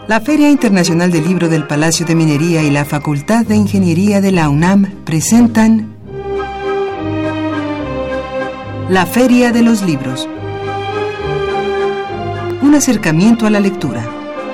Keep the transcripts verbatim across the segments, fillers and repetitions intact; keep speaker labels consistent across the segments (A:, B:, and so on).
A: La Feria Internacional del Libro del Palacio de Minería y la Facultad de Ingeniería de la UNAM presentan La Feria de los Libros. Un acercamiento a la lectura.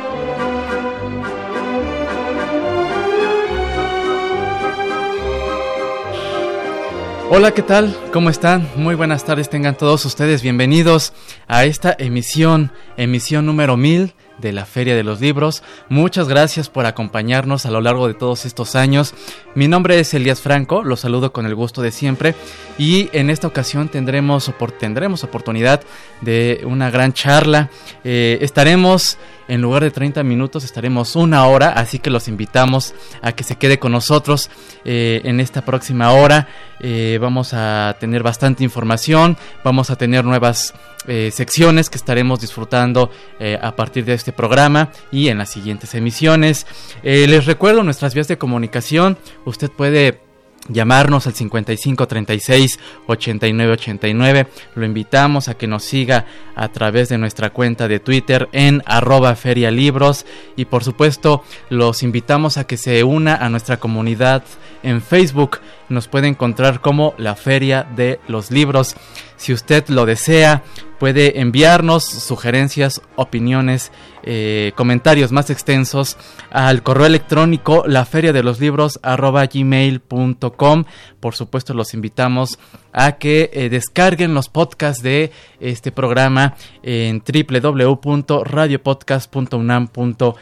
B: Hola, ¿qué tal? ¿Cómo están? Muy buenas tardes, tengan todos ustedes bienvenidos a esta emisión, emisión número mil de la Feria de los Libros. Muchas gracias por acompañarnos a lo largo de todos estos años. Mi nombre es Elías Franco, los saludo con el gusto de siempre y en esta ocasión tendremos, opor- tendremos oportunidad de una gran charla. Eh, estaremos, en lugar de treinta minutos, estaremos una hora, así que los invitamos a que se quede con nosotros eh, en esta próxima hora. Eh, vamos a tener bastante información, vamos a tener nuevas eh, secciones que estaremos disfrutando eh, a partir de este programa y en las siguientes emisiones. Eh, les recuerdo nuestras vías de comunicación. Usted puede llamarnos al cincuenta y cinco treinta y seis ochenta y nueve ochenta y nueve. Lo invitamos a que nos siga a través de nuestra cuenta de Twitter en arroba ferialibros y por supuesto los invitamos a que se una a nuestra comunidad en Facebook. Nos puede encontrar como la Feria de los Libros. Si usted lo desea, puede enviarnos sugerencias, opiniones, eh, comentarios más extensos al correo electrónico laferiadeloslibros arroba gmail punto com. Por supuesto, los invitamos a que eh, descarguen los podcasts de este programa en doble u doble u doble u punto radio podcast punto unam punto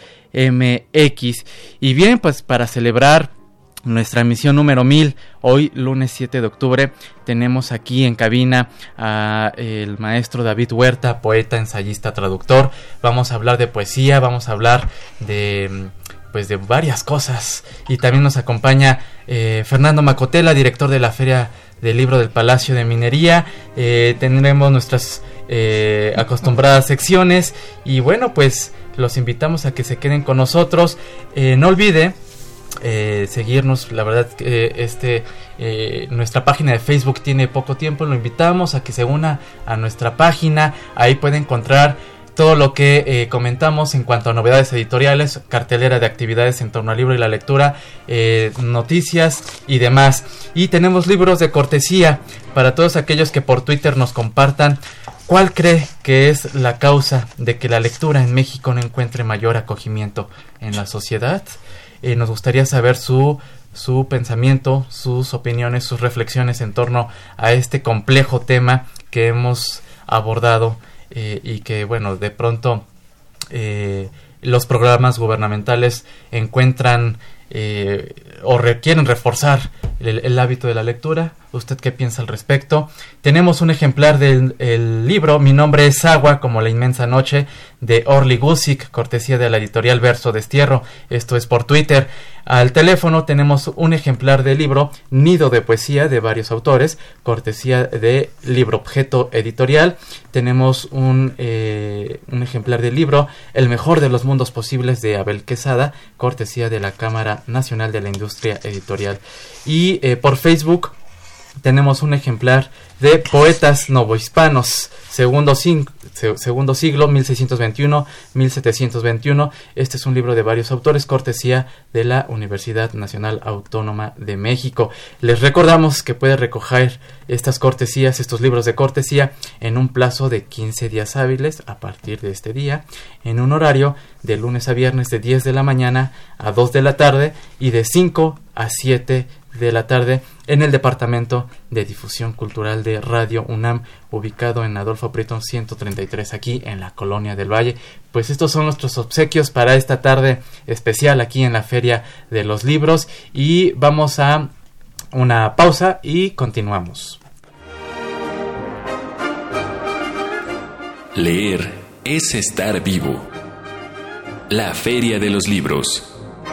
B: m x. Y bien, pues para celebrar nuestra emisión número mil, hoy lunes siete de octubre, tenemos aquí en cabina a el maestro David Huerta, poeta, ensayista, traductor. Vamos a hablar de poesía, vamos a hablar de pues de varias cosas. Y también nos acompaña eh, Fernando Macotela, director de la Feria del Libro del Palacio de Minería. Eh, tendremos nuestras eh, acostumbradas secciones y bueno, pues los invitamos a que se queden con nosotros. Eh, no olvide Eh, seguirnos, la verdad que eh, este eh, nuestra página de Facebook tiene poco tiempo, lo invitamos a que se una a nuestra página, ahí puede encontrar todo lo que eh, comentamos en cuanto a novedades editoriales, cartelera de actividades en torno al libro y la lectura, eh, noticias y demás. Y tenemos libros de cortesía para todos aquellos que por Twitter nos compartan cuál cree que es la causa de que la lectura en México no encuentre mayor acogimiento en la sociedad. Eh, nos gustaría saber su, su pensamiento, sus opiniones, sus reflexiones en torno a este complejo tema que hemos abordado eh, y que, bueno, de pronto eh, los programas gubernamentales encuentran eh, o requieren reforzar el, el hábito de la lectura. ¿Usted qué piensa al respecto? Tenemos un ejemplar del el libro Mi nombre es Agua, como la inmensa noche, de Orly Guzik, cortesía de la editorial Verso Destierro. Esto es por Twitter. Al teléfono tenemos un ejemplar del libro Nido de poesía, de varios autores, cortesía de Libro Objeto Editorial. Tenemos un, eh, un ejemplar del libro El mejor de los mundos posibles, de Abel Quesada, cortesía de la Cámara Nacional de la Industria Editorial. Y eh, por Facebook tenemos un ejemplar de Poetas Novohispanos, segundo, sig- se- segundo siglo, mil seiscientos veintiuno a mil setecientos veintiuno. Este es un libro de varios autores, cortesía de la Universidad Nacional Autónoma de México. Les recordamos que puede recoger estas cortesías, estos libros de cortesía, en un plazo de quince días hábiles a partir de este día, en un horario de lunes a viernes de diez de la mañana a dos de la tarde y de cinco a siete de la tarde en el Departamento de Difusión Cultural de Radio UNAM, ubicado en Adolfo Prieto ciento treinta y tres, aquí en la Colonia del Valle. Pues estos son nuestros obsequios para esta tarde especial aquí en la Feria de los Libros y vamos a una pausa y continuamos.
C: Leer es estar vivo. La Feria de los Libros.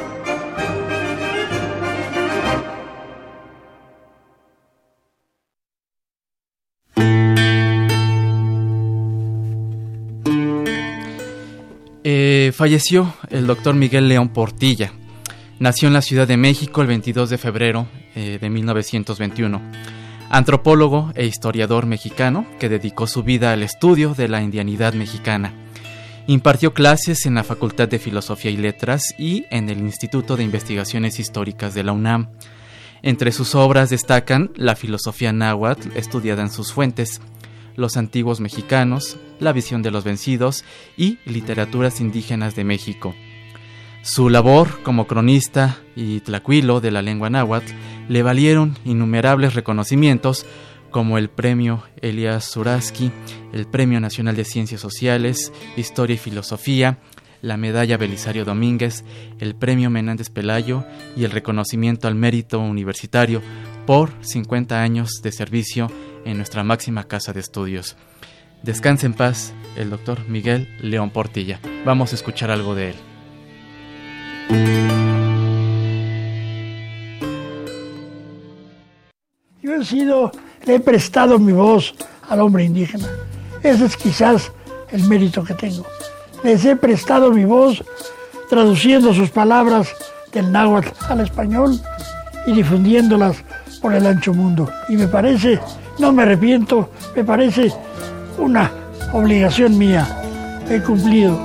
B: Eh, falleció el doctor Miguel León Portilla. Nació en la Ciudad de México el veintidós de febrero eh, de mil novecientos veintiuno. Antropólogo e historiador mexicano que dedicó su vida al estudio de la indianidad mexicana. Impartió clases en la Facultad de Filosofía y Letras y en el Instituto de Investigaciones Históricas de la UNAM. Entre sus obras destacan la filosofía náhuatl, estudiada en sus fuentes, los antiguos mexicanos, la visión de los vencidos y literaturas indígenas de México. Su labor como cronista y tlacuilo de la lengua náhuatl le valieron innumerables reconocimientos, como el Premio Elías Zurasky, el Premio Nacional de Ciencias Sociales, Historia y Filosofía, la Medalla Belisario Domínguez, el Premio Menéndez Pelayo y el reconocimiento al mérito universitario por cincuenta años de servicio en nuestra máxima casa de estudios. Descanse en paz el doctor Miguel León Portilla. Vamos a escuchar algo de él.
D: Yo he sido, le he prestado mi voz al hombre indígena. Ese es quizás el mérito que tengo. Les he prestado mi voz traduciendo sus palabras del náhuatl al español y difundiéndolas por el ancho mundo. Y me parece, no me arrepiento, me parece una obligación mía. He cumplido.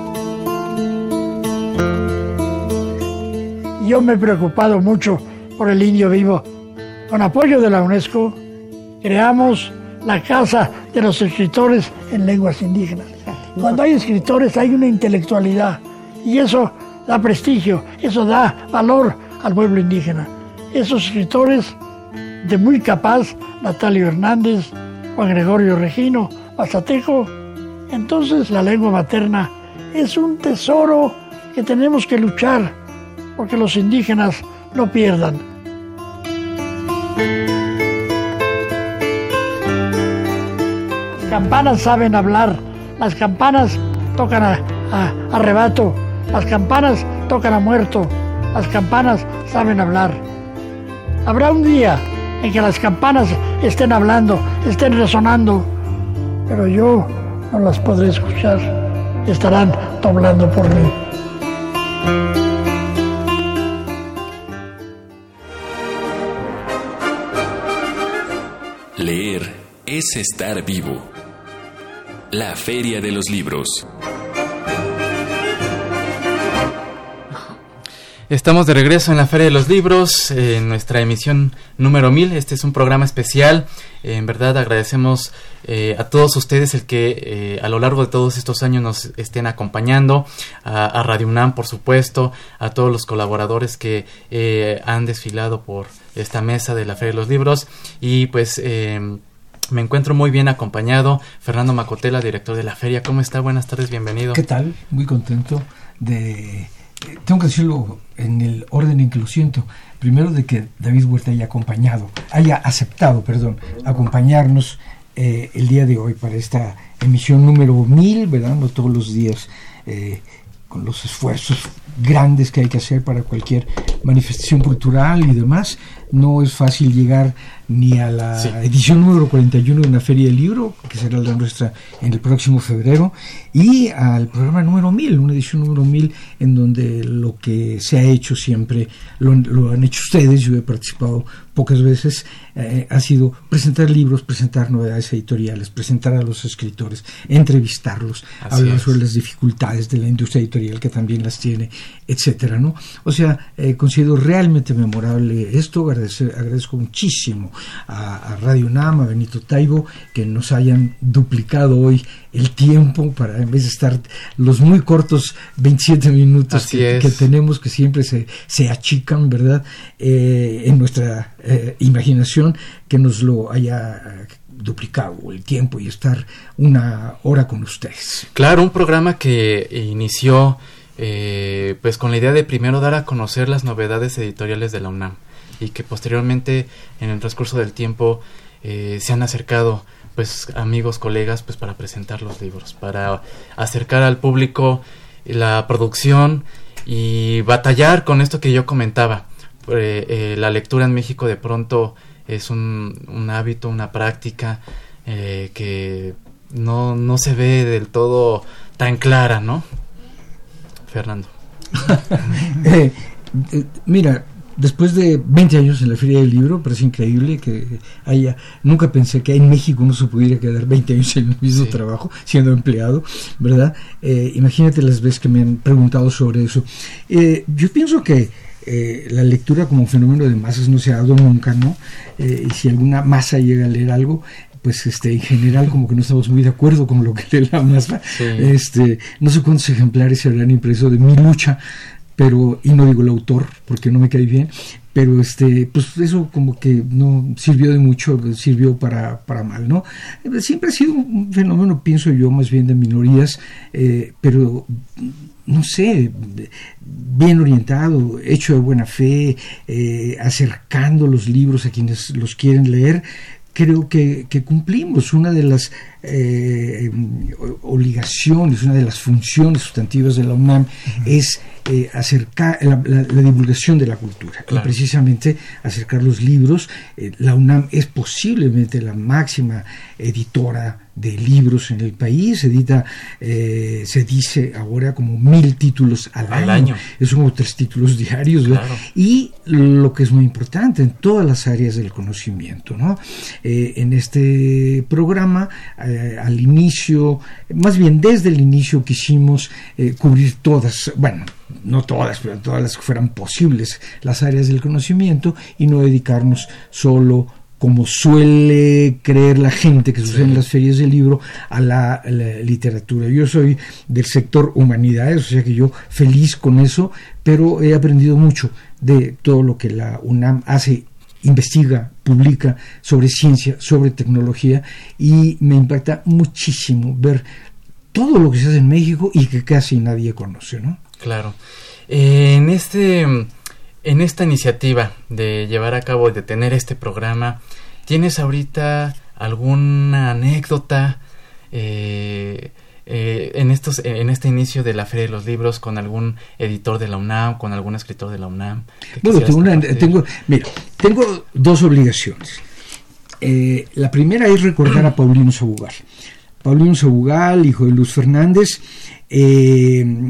D: Yo me he preocupado mucho por el indio vivo. Con apoyo de la UNESCO, creamos la Casa de los Escritores en Lenguas Indígenas. Cuando hay escritores hay una intelectualidad y eso da prestigio, eso da valor al pueblo indígena. Esos escritores de muy capaz, Natalio Hernández, Juan Gregorio Regino, Mazateco. Entonces la lengua materna es un tesoro que tenemos que luchar porque los indígenas no pierdan. Las campanas saben hablar, las campanas tocan a, a, a rebato, las campanas tocan a muerto, las campanas saben hablar. Habrá un día en que las campanas estén hablando, estén resonando, pero yo no las podré escuchar, estarán doblando por mí.
C: Leer es estar vivo. La Feria de los Libros.
B: Estamos de regreso en la Feria de los Libros, eh, en nuestra emisión número mil. Este es un programa especial. Eh, en verdad agradecemos eh, a todos ustedes el que eh, a lo largo de todos estos años nos estén acompañando, a, a Radio UNAM, por supuesto, a todos los colaboradores que eh, han desfilado por esta mesa de la Feria de los Libros. Y pues eh, me encuentro muy bien acompañado. Fernando Macotela, director de la feria. ¿Cómo está? Buenas tardes, bienvenido.
E: ¿Qué tal? Muy contento de... Tengo que decirlo en el orden en que lo siento. Primero, de que David Huerta haya acompañado, haya aceptado, perdón, acompañarnos eh, el día de hoy para esta emisión número mil, ¿verdad? No todos los días, eh, con los esfuerzos grandes que hay que hacer para cualquier manifestación cultural y demás. No es fácil llegar ni a la sí. edición número cuarenta y uno de una Feria del Libro, que será la nuestra en el próximo febrero, y al programa número mil, una edición número mil, en donde lo que se ha hecho siempre, lo, lo han hecho ustedes, yo he participado pocas veces, eh, ha sido presentar libros, presentar novedades editoriales, presentar a los escritores, entrevistarlos, Así hablar es. sobre las dificultades de la industria editorial, que también las tiene, etcétera, ¿no? O sea, eh, considero realmente memorable esto. Agradecer, agradezco muchísimo a, a Radio UNAM, a Benito Taibo, que nos hayan duplicado hoy el tiempo para, en vez de estar los muy cortos veintisiete minutos que, que tenemos, que siempre se, se achican, ¿verdad? Eh, en nuestra eh, imaginación, que nos lo haya duplicado el tiempo y estar una hora con ustedes.
B: Claro, un programa que inició eh, pues con la idea de primero dar a conocer las novedades editoriales de la UNAM, y que posteriormente en el transcurso del tiempo eh, se han acercado pues amigos, colegas, pues para presentar los libros, para acercar al público la producción y batallar con esto que yo comentaba. Eh, eh, la lectura en México de pronto es un, un hábito, una práctica eh, que no, no se ve del todo tan clara, ¿no? Fernando.
E: eh, eh, mira, después de veinte años en la Feria del Libro, parece increíble que haya, nunca pensé que en México no se pudiera quedar veinte años en el mismo sí. trabajo, siendo empleado, ¿verdad? Eh, imagínate las veces que me han preguntado sobre eso. Eh, yo pienso que eh, la lectura como fenómeno de masas no se ha dado nunca, ¿no? Eh, y si alguna masa llega a leer algo, pues este en general como que no estamos muy de acuerdo con lo que lee la masa. Sí. Este, no sé cuántos ejemplares se habrán impreso de Mi Lucha, pero, y no digo el autor porque no me cae bien, pero este pues eso como que no sirvió de mucho, sirvió para, para mal, ¿no? Siempre ha sido un fenómeno, pienso yo, más bien de minorías, eh, pero no sé, bien orientado, hecho de buena fe, eh, acercando los libros a quienes los quieren leer. Creo que, que cumplimos una de las eh, obligaciones, una de las funciones sustantivas de la UNAM, uh-huh. es eh, acercar la, la, la divulgación de la cultura, claro. y precisamente acercar los libros. Eh, la UNAM es posiblemente la máxima editora de libros en el país, edita, eh, se dice ahora como mil títulos al, al año. año, es como tres títulos diarios, claro. y lo que es muy importante en todas las áreas del conocimiento, ¿no? Eh, en este programa, eh, al inicio, más bien desde el inicio quisimos eh, cubrir todas, bueno, no todas, pero todas las que fueran posibles, las áreas del conocimiento, y no dedicarnos solo, como suele creer la gente que sucede sí. en las ferias del libro, a la, a la literatura. Yo soy del sector humanidades, o sea que yo feliz con eso, pero he aprendido mucho de todo lo que la UNAM hace, investiga, publica sobre ciencia, sobre tecnología, y me impacta muchísimo ver todo lo que se hace en México y que casi nadie conoce, ¿no?
B: Claro. Eh, en este... En esta iniciativa de llevar a cabo y de tener este programa, ¿tienes ahorita alguna anécdota eh, eh, en estos en este inicio de la Feria de los Libros con algún editor de la UNAM, con algún escritor de la UNAM?
E: Bueno, tengo, una, tengo, mira, tengo dos obligaciones. Eh, la primera es recordar a Paulino Sabugal. Paulino Sabugal, hijo de Luz Fernández, eh,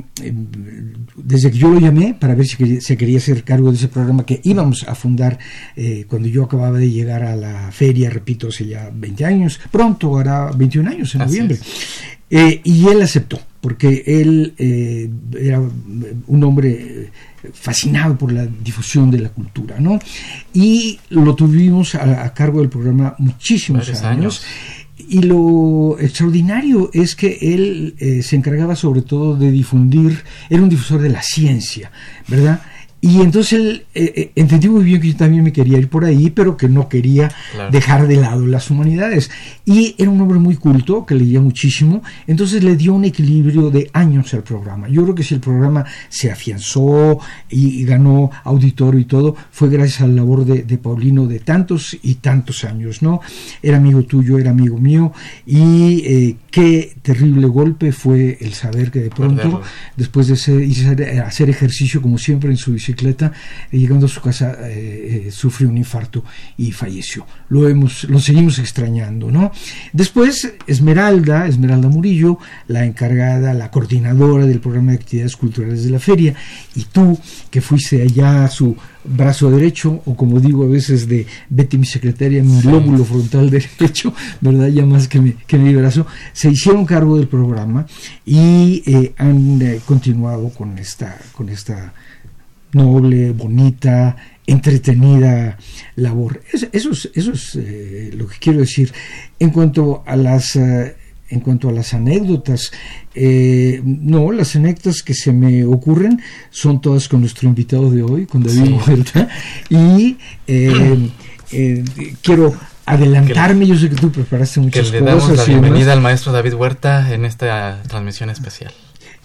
E: desde que yo lo llamé para ver si quería, se quería hacer cargo de ese programa que íbamos a fundar eh, cuando yo acababa de llegar a la feria, repito, hace ya veinte años, pronto hará veintiún años, en Así noviembre, eh, y él aceptó, porque él eh, era un hombre fascinado por la difusión de la cultura, ¿no? Y lo tuvimos a, a cargo del programa muchísimos años, años. Y lo extraordinario es que él eh, se encargaba sobre todo de difundir, era un difusor de la ciencia, ¿verdad? Y entonces él eh, entendió muy bien que yo también me quería ir por ahí, pero que no quería claro. dejar de lado las humanidades. Y era un hombre muy culto, que leía muchísimo, entonces le dio un equilibrio de años al programa. Yo creo que si el programa se afianzó y, y ganó auditorio y todo, fue gracias a la labor de, de Paulino de tantos y tantos años, ¿no? Era amigo tuyo, era amigo mío, y eh, qué terrible golpe fue el saber que de pronto, Perderlo. después de hacer, hacer ejercicio como siempre en su bicicleta, bicicleta, eh, llegando a su casa eh, eh, sufrió un infarto y falleció. Lo hemos, lo seguimos extrañando, ¿no? Después Esmeralda, Esmeralda Murillo, la encargada, la coordinadora del programa de actividades culturales de la feria, y tú que fuiste allá a su brazo derecho, o como digo a veces de Betty mi secretaria, mi sí. lóbulo frontal derecho, ¿verdad? Ya más que mi, que mi brazo, se hicieron cargo del programa y eh, han eh, continuado con esta, con esta noble, bonita, entretenida labor. Eso, eso es, eso es eh, lo que quiero decir. En cuanto a las eh, en cuanto a las anécdotas, eh, no, las anécdotas que se me ocurren son todas con nuestro invitado de hoy, con David sí. Huerta, y eh, eh, quiero adelantarme, yo sé que tú preparaste muchas cosas.
B: Que le damos cosas la bienvenida demás. Al maestro David Huerta en esta transmisión especial.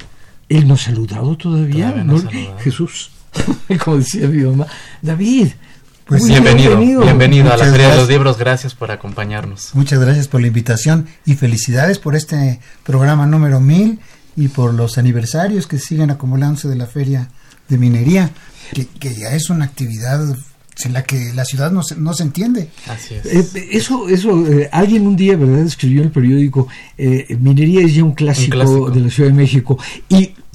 E: Él nos ha saludado todavía,
B: todavía
E: ¿no?
B: Nos saludado.
E: Jesús. Como decía mi mamá, David,
B: pues bienvenido, bienvenido, bienvenido a la Feria de los Libros, gracias por acompañarnos.
F: Muchas gracias por la invitación y felicidades por este programa número mil y por los aniversarios que siguen acumulándose de la Feria de Minería, que, que ya es una actividad en la que la ciudad no se, no se entiende.
B: Así es.
E: Eh, eso, eso eh, alguien un día, ¿verdad?, escribió en el periódico, eh, minería es ya un clásico, un clásico de la Ciudad de México, y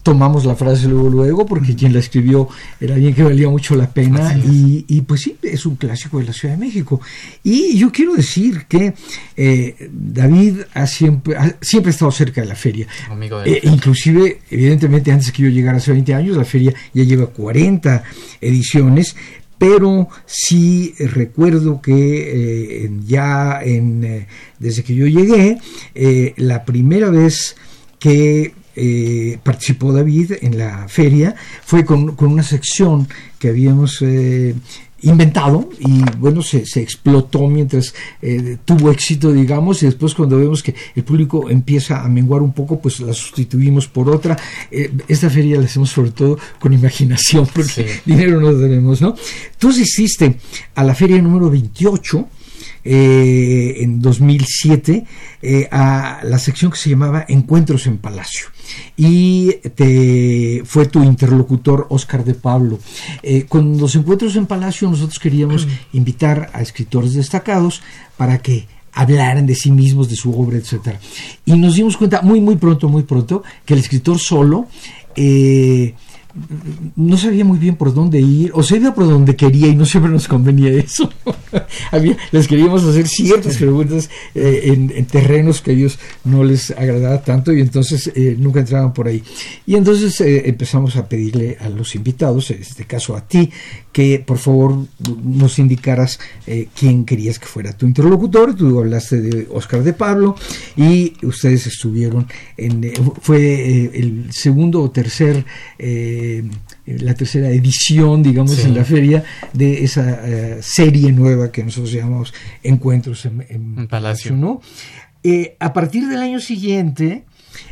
E: tomamos la frase luego luego porque quien la escribió era alguien que valía mucho la pena y, y pues sí, es un clásico de la Ciudad de México. Y yo quiero decir que eh, David ha siempre, ha siempre estado cerca de la feria,
B: amigo de la
E: eh, inclusive evidentemente antes que yo llegara hace veinte años, la feria ya lleva cuarenta ediciones, pero sí recuerdo que eh, ya en, eh, desde que yo llegué, eh, la primera vez que Eh, participó David en la feria fue con, con una sección que habíamos eh, inventado y bueno, se, se explotó mientras eh, tuvo éxito, digamos, y después cuando vemos que el público empieza a menguar un poco, pues la sustituimos por otra. Eh, esta feria la hacemos sobre todo con imaginación porque sí. dinero no tenemos, ¿no? Tú asististe a la feria número veintiocho Eh, en dos mil siete eh, a la sección que se llamaba Encuentros en Palacio y te, fue tu interlocutor Óscar de Pablo. Eh, con los Encuentros en Palacio nosotros queríamos invitar a escritores destacados para que hablaran de sí mismos, de su obra, etcétera. Y nos dimos cuenta muy muy pronto, muy pronto que el escritor solo eh, no sabía muy bien por dónde ir, o se iba por donde quería y no siempre nos convenía eso. Había, les queríamos hacer ciertas preguntas eh, en, en terrenos que a ellos no les agradaba tanto y entonces eh, nunca entraban por ahí. Y entonces eh, empezamos a pedirle a los invitados, en este caso a ti, que por favor nos indicaras eh, quién querías que fuera tu interlocutor. Tú hablaste de Óscar de Pablo y ustedes estuvieron en, eh, fue eh, el segundo o tercer eh, la tercera edición, digamos, sí. en la feria de esa uh, serie nueva que nosotros llamamos Encuentros en, en, en Palacio, ¿no? Eh, a partir del año siguiente,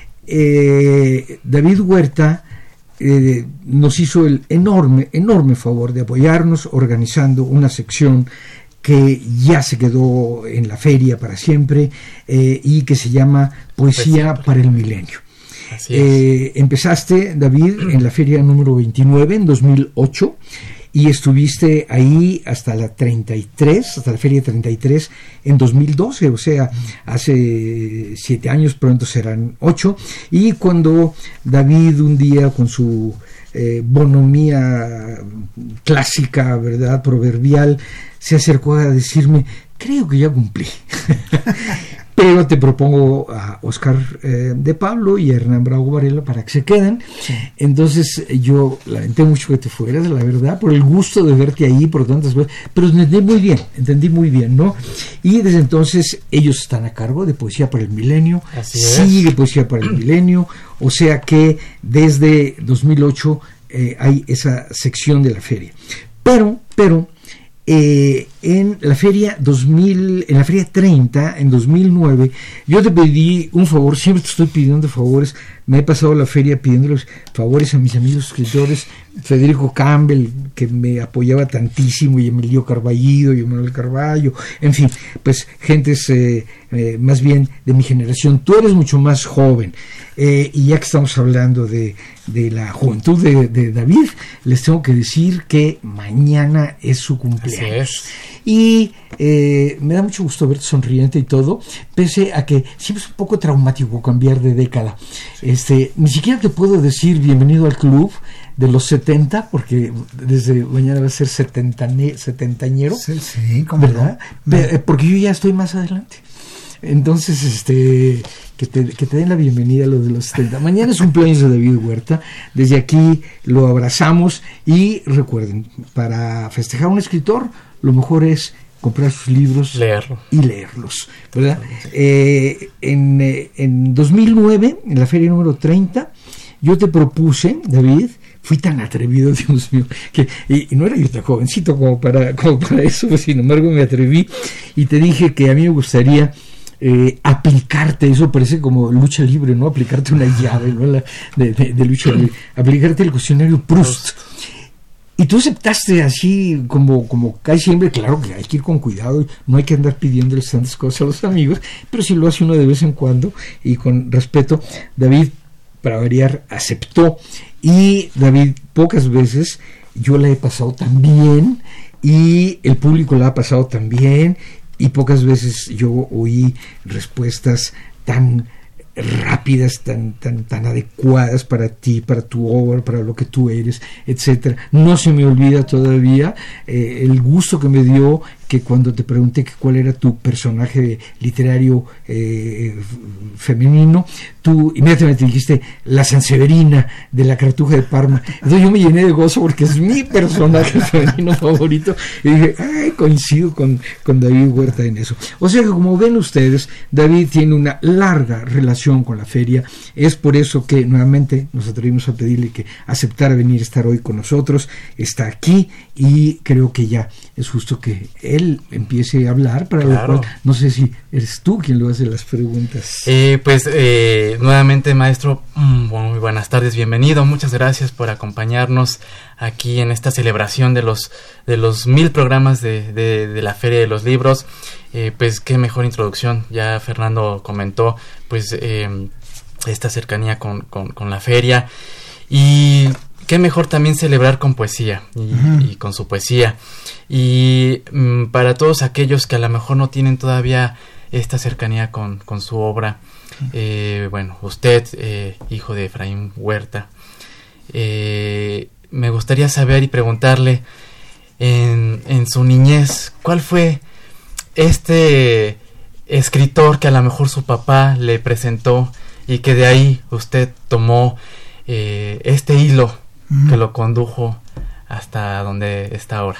E: eh, David Huerta eh, nos hizo el enorme, enorme favor de apoyarnos organizando una sección que ya se quedó en la feria para siempre eh, y que se llama Poesía para el Milenio. Eh, empezaste, David, en la feria número veintinueve en dos mil ocho y estuviste ahí hasta la treinta y tres, hasta la feria treinta y tres en dos mil doce, o sea, hace siete años, pronto serán ocho. Y cuando David un día con su eh, bonomía clásica, ¿verdad?, proverbial, se acercó a decirme, creo que ya cumplí. Pero te propongo a Óscar eh, de Pablo y a Hernán Bravo Varela para que se queden. Sí. Entonces yo lamenté mucho que te fueras, la verdad, por el gusto de verte ahí, por tantas cosas, pero entendí muy bien, entendí muy bien, ¿no? Y desde entonces ellos están a cargo de Poesía para el Milenio, Así sigue es. Poesía para el Milenio, o sea que desde dos mil ocho eh, hay esa sección de la feria. Pero, pero... Eh, en la feria dos mil, en la feria treinta, en dos mil nueve, yo te pedí un favor, siempre te estoy pidiendo favores, me he pasado la feria pidiéndoles favores a mis amigos escritores, Federico Campbell, que me apoyaba tantísimo, y Emilio Carballido, y Manuel Carballo, en fin, pues gentes eh, eh, más bien de mi generación. Tú eres mucho más joven, eh, y ya que estamos hablando de, de la juventud de, de David, les tengo que decir que mañana es su cumpleaños. Así es. Y eh, me da mucho gusto verte sonriente y todo, pese a que siempre es un poco traumático cambiar de década. Este, ni siquiera te puedo decir bienvenido al club de los setenta, porque desde mañana va a ser setentañero, setentañero
F: sí, sí, ¿cómo
E: ¿verdad?
F: No?
E: Pero, porque yo ya estoy más adelante. Entonces, este, que te, que te den la bienvenida a lo de los setenta. Mañana es cumpleaños de David Huerta. Desde aquí lo abrazamos y recuerden, para festejar a un escritor, lo mejor es comprar sus libros
B: Leerlo.
E: y leerlos, ¿verdad? Eh, en, eh, en dos mil nueve, en la feria número treinta, yo te propuse, David, fui tan atrevido, Dios mío, que y, y no era yo tan jovencito como para, como para eso, pues, sin embargo me atreví y te dije que a mí me gustaría Eh, aplicarte, eso parece como lucha libre, ¿no? Aplicarte una llave, ¿no? La, de, de, de lucha libre, aplicarte el cuestionario Proust. Y tú aceptaste así como, como casi siempre. Claro que hay que ir con cuidado, no hay que andar pidiéndoles tantas cosas a los amigos, pero si lo hace uno de vez en cuando y con respeto. David, para variar, aceptó, y David, pocas veces yo la he pasado tan bien y el público la ha pasado tan bien, y pocas veces yo oí respuestas tan rápidas, tan, tan, tan adecuadas para ti, para tu obra, para lo que tú eres, etcétera. No se me olvida todavía eh, el gusto que me dio que cuando te pregunté que cuál era tu personaje literario eh, femenino, tú inmediatamente dijiste la Sanseverina de la Cartuja de Parma. Entonces yo me llené de gozo porque es mi personaje femenino favorito y dije, ay, coincido con, con David Huerta en eso. O sea que como ven ustedes, David tiene una larga relación con la feria. Es por eso que nuevamente nos atrevimos a pedirle que aceptara venir a estar hoy con nosotros. Está aquí y creo que ya es justo que él empiece a hablar, para claro. Lo cual no sé si eres tú quien lo hace las preguntas.
B: Eh, pues eh, nuevamente, maestro, muy buenas tardes, bienvenido, muchas gracias por acompañarnos aquí en esta celebración de los de los mil programas de, de, de la Feria de los Libros. Eh, pues qué mejor introducción, ya Fernando comentó pues eh, esta cercanía con, con, con la feria, y qué mejor también celebrar con poesía y, uh-huh. y con su poesía. Y mm, para todos aquellos que a lo mejor no tienen todavía esta cercanía con, con su obra, eh, bueno, usted, eh, hijo de Efraín Huerta, eh, me gustaría saber y preguntarle en, en su niñez, ¿cuál fue este escritor que a lo mejor su papá le presentó y que de ahí usted tomó eh, este hilo que lo condujo hasta donde está ahora?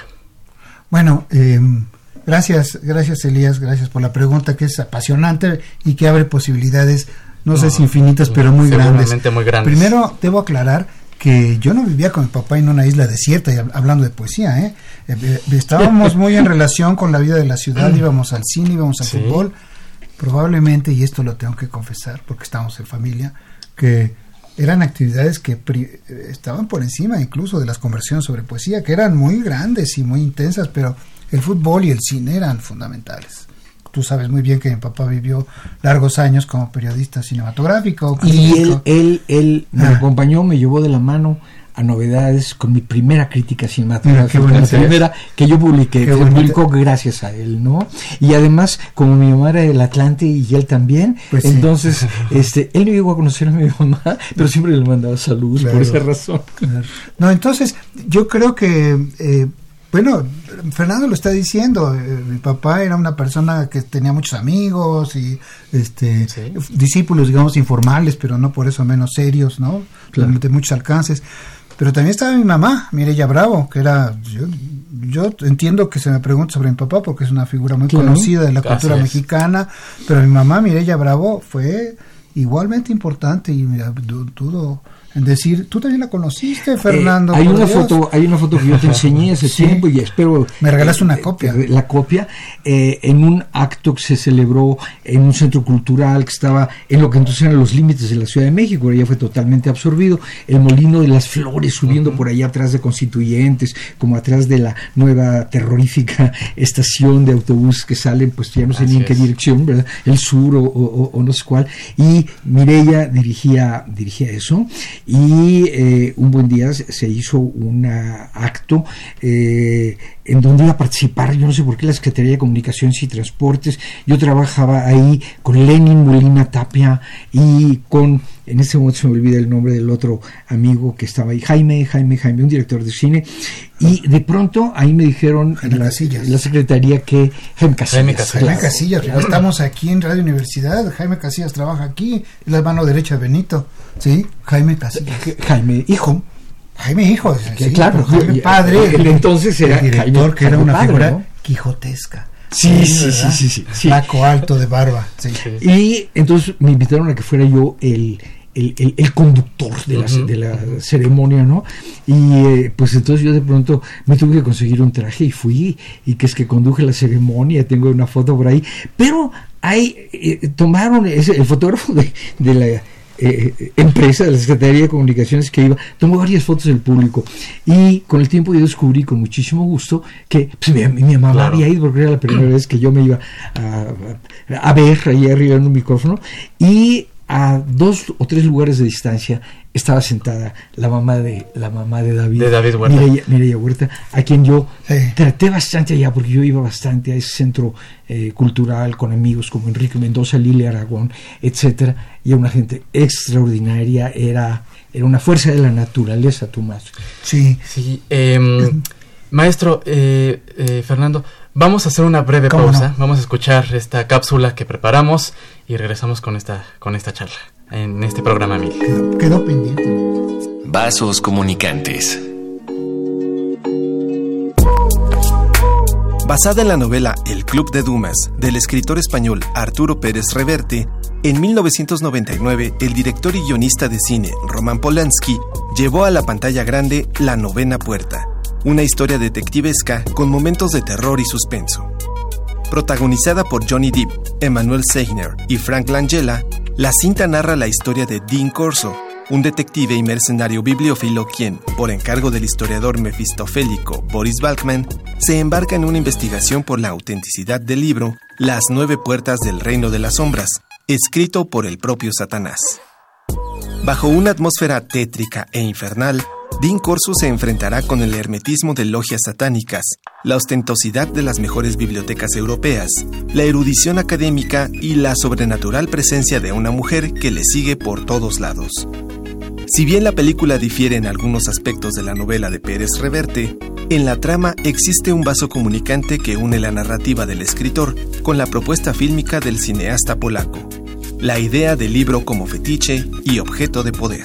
F: Bueno, eh, gracias, gracias Elías, gracias por la pregunta, que es apasionante y que abre posibilidades, no, no sé si infinitas, pero muy grandes.
B: muy grandes.
F: Primero, debo aclarar que yo no vivía con mi papá en una isla desierta, y hablando de poesía, ¿eh? Eh, estábamos muy en relación con la vida de la ciudad, íbamos al cine, íbamos al ¿Sí? fútbol, probablemente, y esto lo tengo que confesar porque estamos en familia, que eran actividades que pri- estaban por encima incluso de las conversaciones sobre poesía, que eran muy grandes y muy intensas, pero el fútbol y el cine eran fundamentales. Tú sabes muy bien que mi papá vivió largos años como periodista cinematográfico.
E: Y él, él, él me ah. acompañó, me llevó de la mano a Novedades con mi primera crítica cinematográfica, la primera que yo publiqué, que publicó gracias a él, ¿no? Y además, como mi mamá era del Atlante y él también, pues entonces, sí. este, él no llegó a conocer a mi mamá, pero siempre le mandaba saludos, claro, por esa razón.
F: Claro. No, entonces, yo creo que, eh, bueno, Fernando lo está diciendo, eh, mi papá era una persona que tenía muchos amigos y este ¿Sí? discípulos, digamos, informales, pero no por eso menos serios, ¿no? Claro. De muchos alcances. Pero también estaba mi mamá, Mireya Bravo, que era, yo, yo entiendo que se me pregunta sobre mi papá porque es una figura muy claro. conocida de la cultura Gracias. mexicana, pero mi mamá, Mireya Bravo, fue igualmente importante y mira, dudo en decir, tú también la conociste, Fernando.
E: Eh, hay una Dios. foto, hay una foto que yo te enseñé hace sí. tiempo y espero
F: me regalaste eh, una copia.
E: Eh, la copia eh, en un acto que se celebró en un centro cultural que estaba en lo que entonces eran los límites de la Ciudad de México, ahora ya fue totalmente absorbido. El Molino de las Flores subiendo uh-huh. por allá atrás de Constituyentes, como atrás de la nueva terrorífica estación de autobús que salen, pues ya no sé Así ni en qué es. dirección, ¿verdad? El sur o, o, o no sé cuál. Y Mireya dirigía dirigía eso. Y eh, un buen día se hizo un acto eh, en donde iba a participar, yo no sé por qué, la Secretaría de Comunicaciones y Transportes. Yo trabajaba ahí con Lenin Molina Tapia y con, en este momento se me olvida el nombre del otro amigo que estaba ahí, Jaime, Jaime, Jaime, un director de cine, y de pronto ahí me dijeron en la, la Secretaría que Jaime Casillas.
F: Jaime Casillas, Jaime Casillas claro. Estamos aquí en Radio Universidad, Jaime Casillas trabaja aquí, es la mano derecha de Benito, ¿sí? Jaime Casillas.
E: Jaime, hijo.
F: Jaime hijo,
E: sí, claro,
F: Jaime padre,
E: el, entonces era
F: el director
E: Jaime,
F: que era
E: Jaime
F: una
E: padre,
F: figura
E: ¿no?
F: quijotesca.
E: Sí, sí, sí, sí, sí, sí.
F: Flaco, alto, de barba. Sí.
E: Y entonces me invitaron a que fuera yo el el, el, el conductor de la, uh-huh. de la ceremonia, ¿no? Y eh, pues entonces yo de pronto me tuve que conseguir un traje y fui, y que es que conduje la ceremonia, tengo una foto por ahí, pero ahí eh, tomaron ese, el fotógrafo de, de la Eh, empresa de la Secretaría de Comunicaciones que iba, tomó varias fotos del público, y con el tiempo yo descubrí con muchísimo gusto que pues, mi, mi mamá claro. había ido, porque era la primera vez que yo me iba a, a ver ahí arriba en un micrófono, y a dos o tres lugares de distancia estaba sentada la mamá de la mamá de David,
B: de David Huerta.
E: Mireya, Mireya Huerta, a quien yo
F: Sí.
E: traté bastante allá, porque yo iba bastante a ese centro eh, cultural con amigos como Enrique Mendoza, Lilia Aragón, etcétera, y a una gente extraordinaria. Era, era una fuerza de la naturaleza, Tomás.
F: Sí.
B: Sí, eh, maestro eh, eh, Fernando, vamos a hacer una breve
F: ¿Cómo
B: pausa.
F: no?
B: Vamos a escuchar esta cápsula que preparamos y regresamos con esta, con esta charla en este programa mil.
F: Quedó, quedó pendiente.
C: Vasos comunicantes.
G: Basada en la novela El Club de Dumas, del escritor español Arturo Pérez Reverte, en mil novecientos noventa y nueve el director y guionista de cine Roman Polanski llevó a la pantalla grande La Novena Puerta, una historia detectivesca con momentos de terror y suspenso. Protagonizada por Johnny Depp, Emmanuel Seigner y Frank Langella, la cinta narra la historia de Dean Corso, un detective y mercenario bibliófilo quien, por encargo del historiador mefistofélico Boris Balkman, se embarca en una investigación por la autenticidad del libro Las Nueve Puertas del Reino de las Sombras, escrito por el propio Satanás. Bajo una atmósfera tétrica e infernal, Dean Corso se enfrentará con el hermetismo de logias satánicas, la ostentosidad de las mejores bibliotecas europeas, la erudición académica y la sobrenatural presencia de una mujer que le sigue por todos lados. Si bien la película difiere en algunos aspectos de la novela de Pérez Reverte, en la trama existe un vaso comunicante que une la narrativa del escritor con la propuesta fílmica del cineasta polaco, la idea del libro como fetiche y objeto de poder.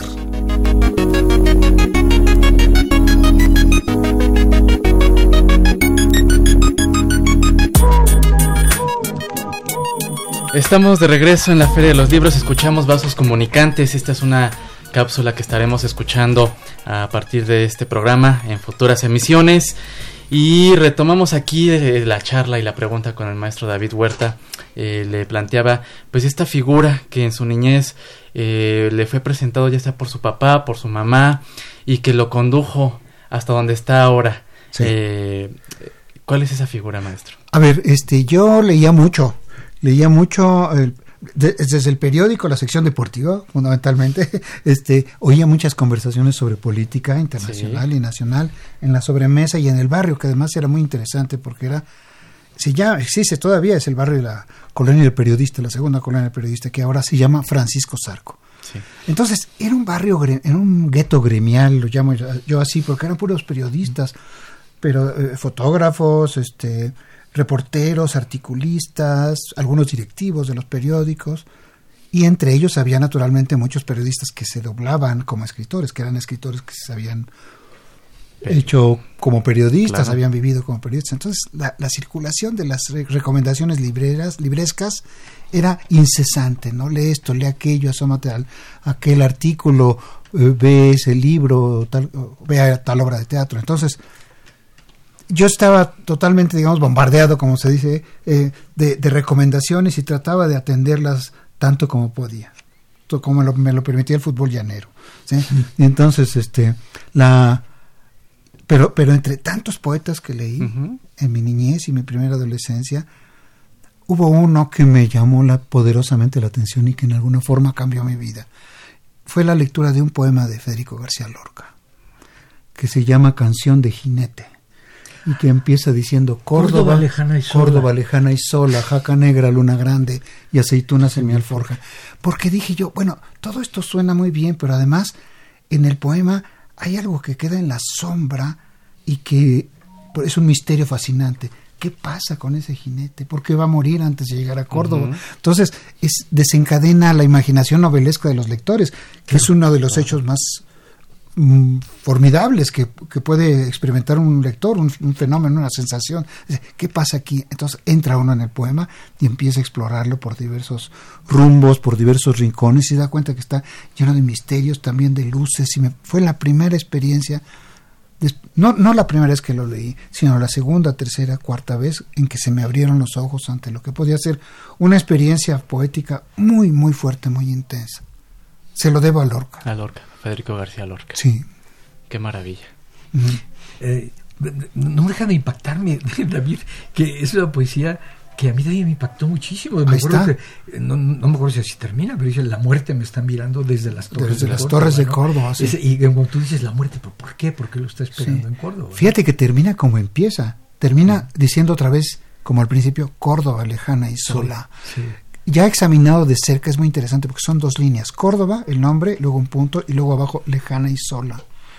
B: Estamos de regreso en la Feria de los Libros, escuchamos Vasos Comunicantes. Esta es una cápsula que estaremos escuchando a partir de este programa en futuras emisiones. Y retomamos aquí eh, la charla y la pregunta con el maestro David Huerta. Eh, le planteaba pues esta figura que en su niñez eh, le fue presentado ya sea por su papá, por su mamá, y que lo condujo hasta donde está ahora.
F: Sí.
B: Eh, ¿Cuál es esa figura, maestro?
F: A ver, este, yo leía mucho, leía mucho el, de, desde el periódico, la sección deportiva, fundamentalmente, este, oía muchas conversaciones sobre política internacional sí. y nacional en la sobremesa y en el barrio, que además era muy interesante porque era, si ya existe todavía, es el barrio de la colonia del periodista, la segunda colonia del periodista, que ahora se llama Francisco Zarco. Sí. Entonces, era un barrio, era un gueto gremial, lo llamo yo así, porque eran puros periodistas, pero eh, fotógrafos, este, reporteros, articulistas, algunos directivos de los periódicos, y entre ellos había naturalmente muchos periodistas que se doblaban como escritores, que eran escritores que se habían hecho como periodistas, claro. habían vivido como periodistas. Entonces, la, la circulación de las re- recomendaciones libreras, librescas era incesante, ¿no? Lee esto, lee aquello, asómate a aquel artículo, eh, ve ese libro, tal, ve tal obra de teatro. Entonces, yo estaba totalmente, digamos, bombardeado, como se dice, eh, de, de recomendaciones y trataba de atenderlas tanto como podía, como lo, me lo permitía el fútbol llanero, ¿sí? Y entonces, este, la, pero, pero entre tantos poetas que leí uh-huh. en mi niñez y mi primera adolescencia, hubo uno que me llamó la, poderosamente la atención y que en alguna forma cambió mi vida. Fue la lectura de un poema de Federico García Lorca, que se llama Canción de Jinete. Y que empieza diciendo Córdoba,
E: Córdoba lejana y sola,
F: Córdoba lejana y sola, jaca negra, luna grande y aceitunas en mi alforja. Porque dije yo, bueno, todo esto suena muy bien, pero además en el poema hay algo que queda en la sombra y que es un misterio fascinante. ¿Qué pasa con ese jinete? ¿Por qué va a morir antes de llegar a Córdoba? Uh-huh. Entonces es, desencadena la imaginación novelesca de los lectores, que es uno de los hechos más formidables que, que puede experimentar un lector, un, un fenómeno, una sensación. ¿Qué pasa aquí? Entonces entra uno en el poema y empieza a explorarlo por diversos rumbos, por diversos rincones y se da cuenta que está lleno de misterios, también de luces. Y me, fue la primera experiencia, de, no, no la primera vez que lo leí, sino la segunda, tercera, cuarta vez en que se me abrieron los ojos ante lo que podía ser una experiencia poética muy, muy fuerte, muy intensa. Se lo debo a Lorca.
B: A Lorca. Federico García Lorca.
F: Sí.
B: Qué maravilla.
E: Uh-huh. Eh, no deja de impactarme, David, que es una poesía que a mí también me impactó muchísimo. Me
F: Ahí
E: acuerdo
F: está.
E: que, no, no me acuerdo si así termina, pero dice, la muerte me está mirando desde las torres
F: Desde
E: de
F: las
E: Córdoba,
F: torres de
E: ¿no?
F: Córdoba, sí.
E: Ese, y cuando tú dices la muerte, ¿pero por qué? ¿Por qué lo está esperando
F: Sí.
E: en Córdoba?
F: Fíjate que termina como empieza. Termina diciendo otra vez, como al principio, Córdoba lejana y sola.
E: Sí.
F: Ya examinado de cerca es muy interesante porque son dos líneas. Córdoba, el nombre, luego un punto y luego abajo lejana y sola.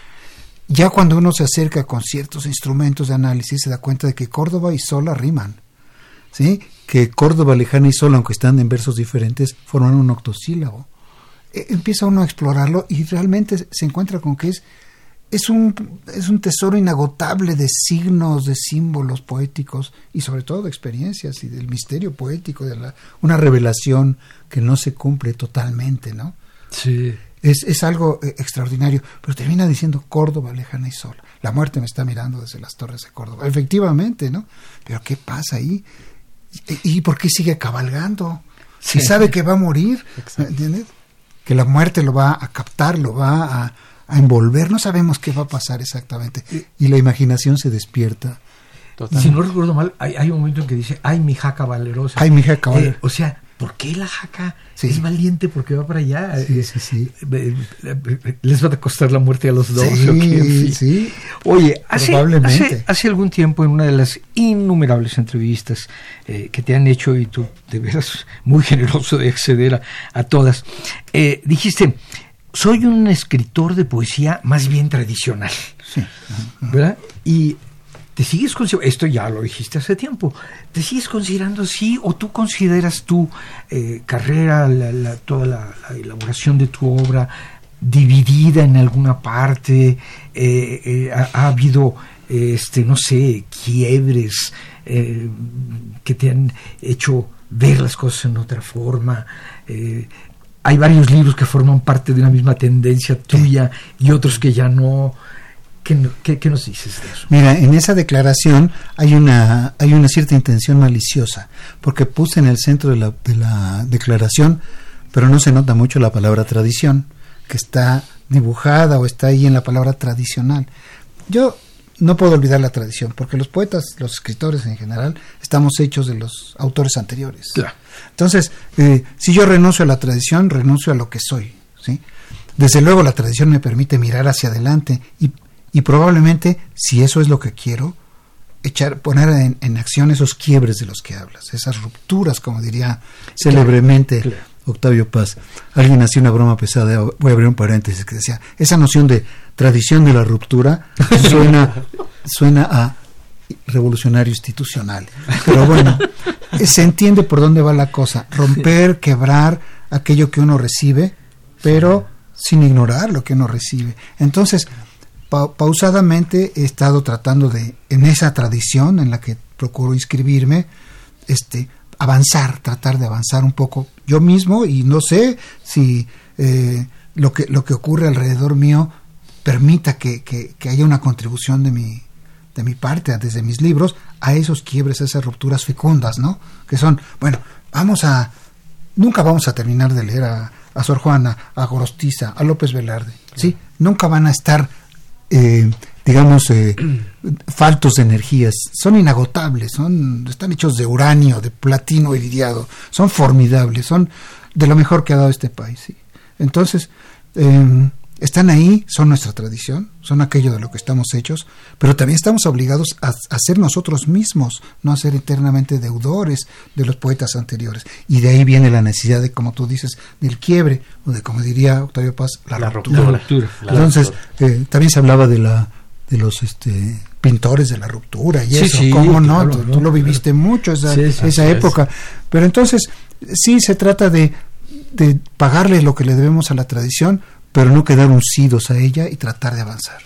F: Ya cuando uno se acerca con ciertos instrumentos de análisis se da cuenta de que Córdoba y sola riman. ¿Sí? Que Córdoba, lejana y sola, aunque están en versos diferentes, forman un octosílabo. E- empieza uno a explorarlo y realmente se encuentra con que es, es, un, es un tesoro inagotable de signos, de símbolos poéticos y sobre todo de experiencias y del misterio poético, de la, una revelación que no se cumple totalmente, ¿no?
E: Sí.
F: Es, es algo eh, extraordinario, pero termina diciendo Córdoba, lejana y sola. La muerte me está mirando desde las torres de Córdoba. Efectivamente, ¿no? Pero ¿qué pasa ahí? ¿Y, y por qué sigue cabalgando? Si
E: Sí.
F: sabe que va a morir,
B: Exacto.
F: ¿entiendes? Que la muerte lo va a captar, lo va a, a envolver. No sabemos qué va a pasar exactamente. Y la imaginación se despierta.
E: Y si no recuerdo mal, hay, hay un momento en que dice, ay, mi jaca valerosa.
F: Ay, mi jaca valerosa.
E: Eh, o sea, ¿por qué la jaca
F: Sí.
E: es valiente? Porque va para allá.
F: Sí,
E: Eh,
F: sí, sí.
E: eh, eh, les va a costar la muerte a los dos.
F: Sí,
E: ¿o qué? En fin.
F: sí.
E: Oye, hace,
F: Probablemente.
E: hace, hace algún tiempo en una de las innumerables entrevistas eh, que te han hecho, y tú de veras muy generoso de acceder a, a todas, eh, dijiste, soy un escritor de poesía más bien tradicional,
F: Sí.
E: ¿verdad? Y te sigues considerando, esto ya lo dijiste hace tiempo, ¿te sigues considerando así o tú consideras tu eh, carrera, la, la, toda la, la elaboración de tu obra dividida en alguna parte? Eh, eh, ha, ha habido, eh, este, no sé, quiebres eh, que te han hecho ver las cosas en otra forma. Eh, hay varios libros que forman parte de una misma tendencia tuya y otros que ya no. ¿Qué, qué, qué nos dices de eso?
F: Mira, en esa declaración hay una hay una cierta intención maliciosa, porque puse en el centro de la, de la declaración, pero no se nota mucho la palabra tradición, que está dibujada o está ahí en la palabra tradicional. Yo no puedo olvidar la tradición, porque los poetas, los escritores en general, estamos hechos de los autores anteriores.
E: Claro.
F: Entonces, eh, si yo renuncio a la tradición, renuncio a lo que soy, ¿sí? Desde luego la tradición me permite mirar hacia adelante y Y probablemente, si eso es lo que quiero, echar, poner en, en acción esos quiebres de los que hablas, esas rupturas, como diría célebremente
E: claro.
F: Octavio Paz. Alguien hacía una broma pesada, voy a abrir un paréntesis, que decía, esa noción de tradición de la ruptura suena, suena a revolucionario institucional. Pero bueno, se entiende por dónde va la cosa. Romper, quebrar aquello que uno recibe, pero sin ignorar lo que uno recibe. Entonces, Pa- pausadamente he estado tratando de, en esa tradición en la que procuro inscribirme, este, avanzar, tratar de avanzar un poco yo mismo, y no sé si eh, lo que lo que ocurre alrededor mío permita que, que, que haya una contribución de mi de mi parte, desde mis libros, a esos quiebres, a esas rupturas fecundas, ¿no? Que son, bueno, vamos a, nunca vamos a terminar de leer a, a Sor Juana, a Gorostiza, a López Velarde, ¿sí? Nunca van a estar Eh, digamos, eh, faltos de energías, son inagotables, son, están hechos de uranio, de platino iridiado, son formidables, son de lo mejor que ha dado este país, ¿sí? Entonces, eh, están ahí, son nuestra tradición, son aquello de lo que estamos hechos, pero también estamos obligados a, a ser nosotros mismos, no a ser eternamente deudores de los poetas anteriores, y de ahí viene la necesidad de, como tú dices, del quiebre, o de, como diría Octavio Paz, la,
B: La
F: ruptura.
B: ruptura.
E: La ruptura.
B: La
F: Entonces,
B: ruptura.
F: eh, también se hablaba de la de los este pintores de la ruptura y
E: Sí,
F: eso,
E: sí,
F: ¿cómo no?
E: claro,
F: Tú,
E: ¿no?
F: tú lo viviste mucho, esa,
E: Sí, sí,
F: esa
B: así
F: época.
B: es.
F: Pero entonces, sí se trata de, de pagarle lo que le debemos a la tradición, pero no quedar uncidos a ella y tratar de avanzar.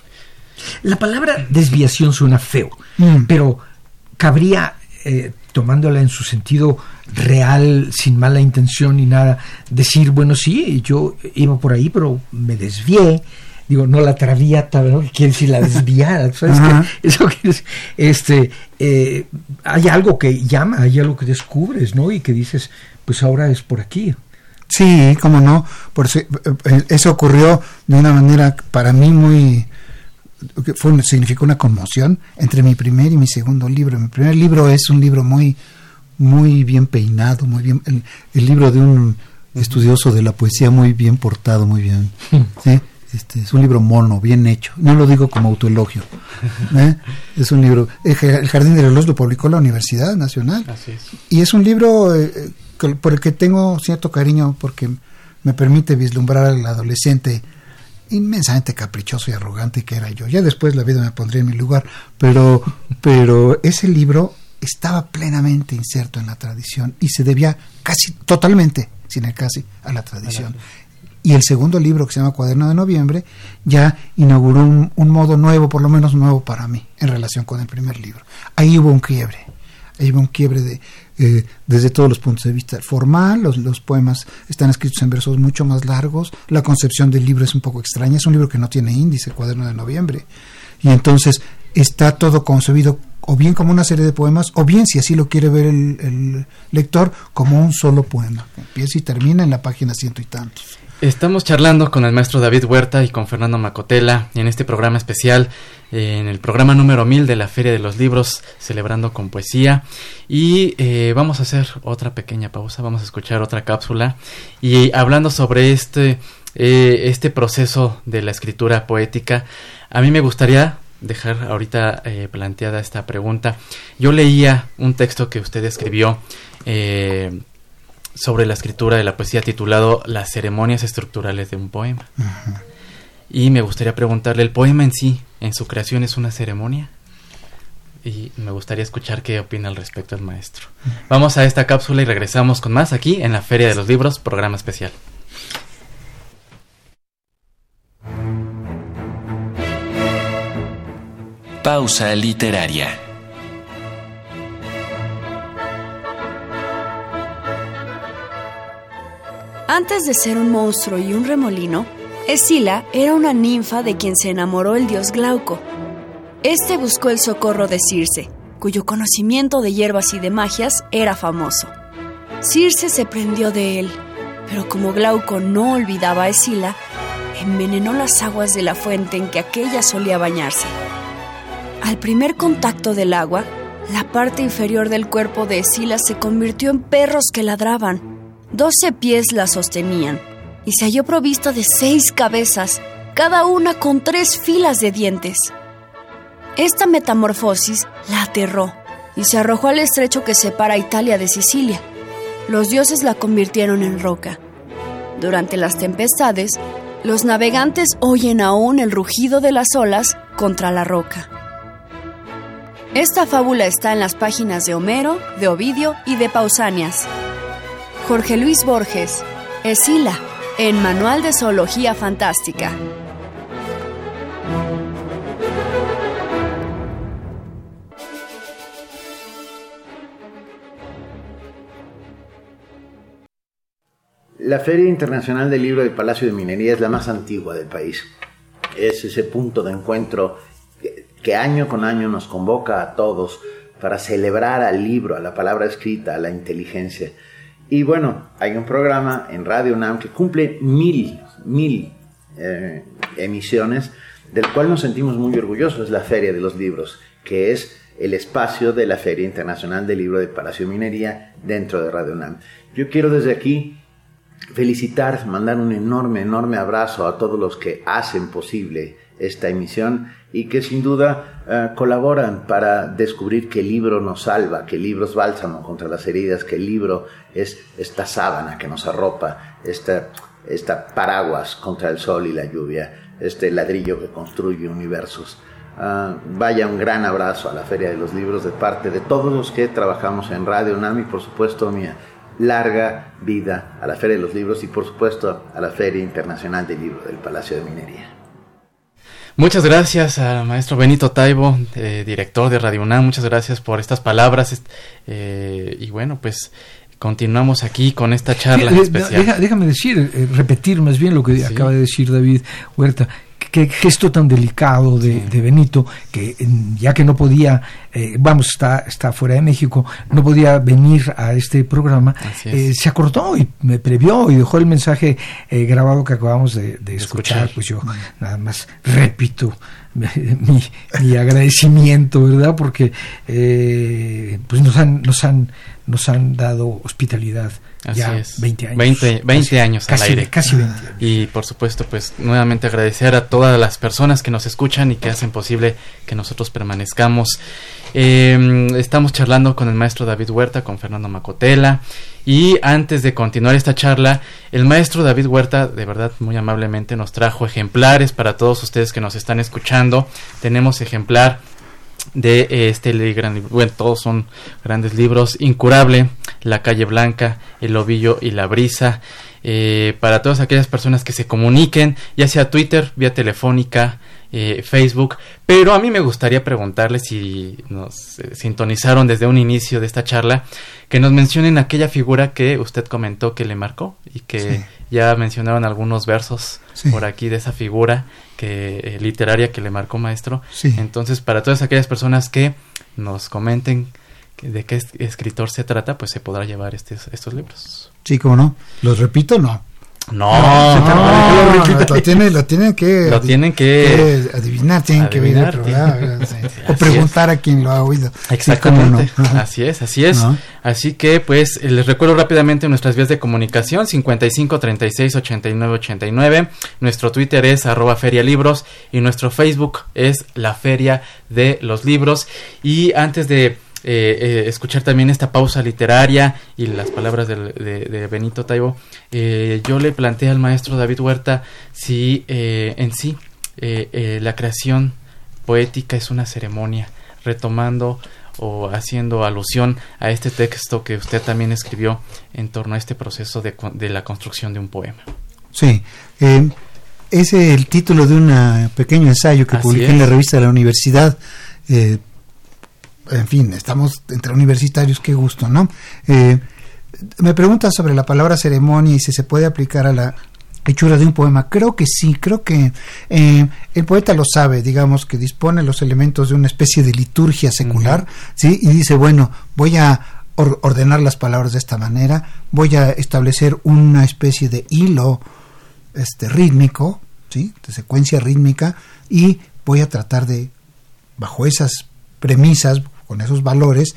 E: La palabra desviación suena feo,
F: Mm.
E: pero cabría, eh, tomándola en su sentido real, sin mala intención ni nada, decir, bueno, sí, yo iba por ahí, pero me desvié. Digo, no la traviata, ¿no? Quiere decir la desviada, ¿sabes
F: Ajá.
E: qué? Eso quiere decir, este, eh, hay algo que llama, hay algo que descubres, ¿no? Y que dices, pues ahora es por aquí.
F: Sí, cómo no. Por eso, eh, eso ocurrió de una manera para mí muy, que fue significó una conmoción entre mi primer y mi segundo libro. Mi primer libro es un libro muy muy bien peinado, muy bien, el, el libro de un estudioso de la poesía muy bien portado, muy bien, ¿sí? Este, es un libro mono, bien hecho, no lo digo como autoelogio, ¿eh? Es un libro, El Jardín de la Luz lo publicó la Universidad Nacional.
B: Así es.
F: Y es un libro eh, por el que tengo cierto cariño porque me permite vislumbrar al adolescente inmensamente caprichoso y arrogante que era yo. Ya después la vida me pondría en mi lugar, pero, pero ese libro estaba plenamente inserto en la tradición y se debía casi totalmente, sin el casi, a la tradición. Y el segundo libro, que se llama Cuaderno de Noviembre, ya inauguró un, un modo nuevo, por lo menos nuevo para mí, en relación con el primer libro. Ahí hubo un quiebre, ahí hubo un quiebre de, eh, desde todos los puntos de vista formal, los, los poemas están escritos en versos mucho más largos, la concepción del libro es un poco extraña, es un libro que no tiene índice, Cuaderno de Noviembre, y entonces está todo concebido o bien como una serie de poemas, o bien, si así lo quiere ver el, el lector, como un solo poema, que empieza y termina en la página ciento y tantos.
B: Estamos charlando con el maestro David Huerta y con Fernando Macotela en este programa especial, eh, en el programa número mil de la Feria de los Libros, celebrando con poesía. Y eh, vamos a hacer otra pequeña pausa, vamos a escuchar otra cápsula. Y hablando sobre este, eh, este proceso de la escritura poética, a mí me gustaría dejar ahorita eh, planteada esta pregunta. Yo leía un texto que usted escribió eh, sobre la escritura de la poesía titulado Las ceremonias estructurales de un poema. Uh-huh. Y me gustaría preguntarle, ¿el poema en sí, en su creación, es una ceremonia? Y me gustaría escuchar qué opina al respecto el maestro. Uh-huh. Vamos a esta cápsula y regresamos con más aquí en la Feria de los Libros, programa especial.
C: Pausa literaria.
H: Antes de ser un monstruo y un remolino, Escila era una ninfa de quien se enamoró el dios Glauco. Este buscó el socorro de Circe, cuyo conocimiento de hierbas y de magias era famoso. Circe se prendió de él, pero como Glauco no olvidaba a Escila, envenenó las aguas de la fuente en que aquella solía bañarse. Al primer contacto del agua, la parte inferior del cuerpo de Escila se convirtió en perros que ladraban. Doce pies la sostenían, y se halló provista de seis cabezas, cada una con tres filas de dientes. Esta metamorfosis la aterró, y se arrojó al estrecho que separa a Italia de Sicilia. Los dioses la convirtieron en roca. Durante las tempestades, los navegantes oyen aún el rugido de las olas contra la roca. Esta fábula está en las páginas de Homero, de Ovidio y de Pausanias. Jorge Luis Borges, Escila, en Manual de Zoología Fantástica.
I: La Feria Internacional del Libro del Palacio de Minería es la más antigua del país. Es ese punto de encuentro que, que año con año nos convoca a todos para celebrar al libro, a la palabra escrita, a la inteligencia. Y bueno, hay un programa en Radio UNAM que cumple mil, mil eh, emisiones, del cual nos sentimos muy orgullosos, la Feria de los Libros, que es el espacio de la Feria Internacional del Libro del Palacio de Minería dentro de Radio UNAM. Yo quiero desde aquí felicitar, mandar un enorme, enorme abrazo a todos los que hacen posible esta emisión y que sin duda uh, colaboran para descubrir que el libro nos salva, que el libro es bálsamo contra las heridas, que el libro es esta sábana que nos arropa, esta, esta paraguas contra el sol y la lluvia, este ladrillo que construye universos. Uh, vaya un gran abrazo a la Feria de los Libros de parte de todos los que trabajamos en Radio UNAM y por supuesto mía. Larga vida a la Feria de los Libros y por supuesto a la Feria Internacional del Libro del Palacio de Minería.
B: Muchas gracias al maestro Benito Taibo, eh, director de Radio UNAM, muchas gracias por estas palabras eh, y bueno, pues continuamos aquí con esta charla
E: de,
B: especial.
E: Deja, déjame decir, eh, repetir más bien lo que sí. acaba de decir David Huerta. Qué gesto tan delicado de, sí. de Benito, que ya que no podía eh, vamos, está, está fuera de México, no podía venir a este programa, eh, se acordó y me previó y dejó el mensaje eh, grabado que acabamos de, de escuchar. escuchar. Pues yo nada más repito mi, mi agradecimiento, ¿verdad? Porque eh, pues nos han, nos han, nos han dado hospitalidad. Así ya
B: es.
E: veinte años.
B: veinte, veinte casi, años al
E: casi,
B: aire.
E: Casi veinte años.
B: Y por supuesto, pues nuevamente agradecer a todas las personas que nos escuchan y que hacen posible que nosotros permanezcamos. Eh, estamos charlando con el maestro David Huerta, con Fernando Macotela. Y antes de continuar esta charla, el maestro David Huerta, de verdad, muy amablemente nos trajo ejemplares para todos ustedes que nos están escuchando. Tenemos ejemplar de este gran libro, bueno, todos son grandes libros: Incurable, La calle blanca, El ovillo y la brisa, eh, para todas aquellas personas que se comuniquen, ya sea Twitter, vía telefónica, eh, Facebook. Pero a mí me gustaría preguntarles, si nos eh, sintonizaron desde un inicio de esta charla, que nos mencionen aquella figura que usted comentó que le marcó y que sí. Ya mencionaron algunos versos sí. por aquí de esa figura que eh, literaria que le marcó, maestro.
F: Sí.
B: Entonces, para todas aquellas personas que nos comenten de qué escritor se trata, pues se podrá llevar estos, estos libros.
F: Sí, ¿cómo no? ¿Los repito? No.
B: No,
F: no, no, no, no lo, tiene, lo tienen que
B: lo tienen que,
F: que adivinar, tienen
B: adivinar,
F: que ver el programa, sí. O preguntar es. A quien lo ha oído.
B: Exactamente,
F: sí, no.
B: así es, así es.
F: No.
B: Así que pues les recuerdo rápidamente nuestras vías de comunicación: cincuenta y cinco, treinta y seis, ochenta y nueve, ochenta y nueve. Nuestro Twitter es arroba Feria Libros y nuestro Facebook es La Feria de los Libros. Y antes de Eh, eh, escuchar también esta pausa literaria y las palabras de, de, de Benito Taibo, eh, yo le planteé al maestro David Huerta si eh, en sí eh, eh, la creación poética es una ceremonia, retomando o haciendo alusión a este texto que usted también escribió en torno a este proceso de, de la construcción de un poema.
F: Sí, eh, es el título de un pequeño ensayo que Así publiqué es. en la revista de la universidad. eh, En fin, estamos entre universitarios, qué gusto, ¿no? Eh, me preguntas sobre la palabra ceremonia y si se puede aplicar a la hechura de un poema. Creo que sí, creo que eh, el poeta lo sabe, digamos, que dispone los elementos de una especie de liturgia secular, uh-huh. ¿sí? Y dice, bueno, voy a or- ordenar las palabras de esta manera, voy a establecer una especie de hilo este, rítmico, ¿sí? De secuencia rítmica, y voy a tratar de, bajo esas premisas, con esos valores,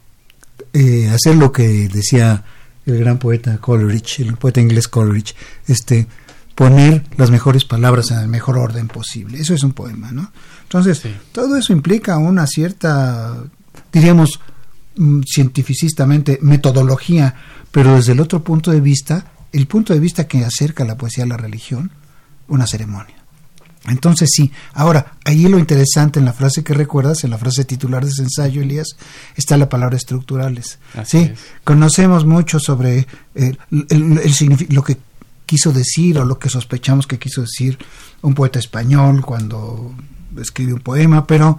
F: eh, hacer lo que decía el gran poeta Coleridge, el poeta inglés Coleridge, este, poner las mejores palabras en el mejor orden posible. Eso es un poema, ¿no? Entonces, sí. todo eso implica una cierta, diríamos, mm, cientificistamente, metodología, pero desde el otro punto de vista, el punto de vista que acerca la poesía a la religión, una ceremonia. Entonces sí, ahora, ahí lo interesante en la frase que recuerdas, en la frase titular de ese ensayo, Elías, está la palabra estructurales.
B: Así
F: sí,
B: es.
F: Conocemos mucho sobre el, el, el, el signific- lo que quiso decir o lo que sospechamos que quiso decir un poeta español cuando escribe un poema, pero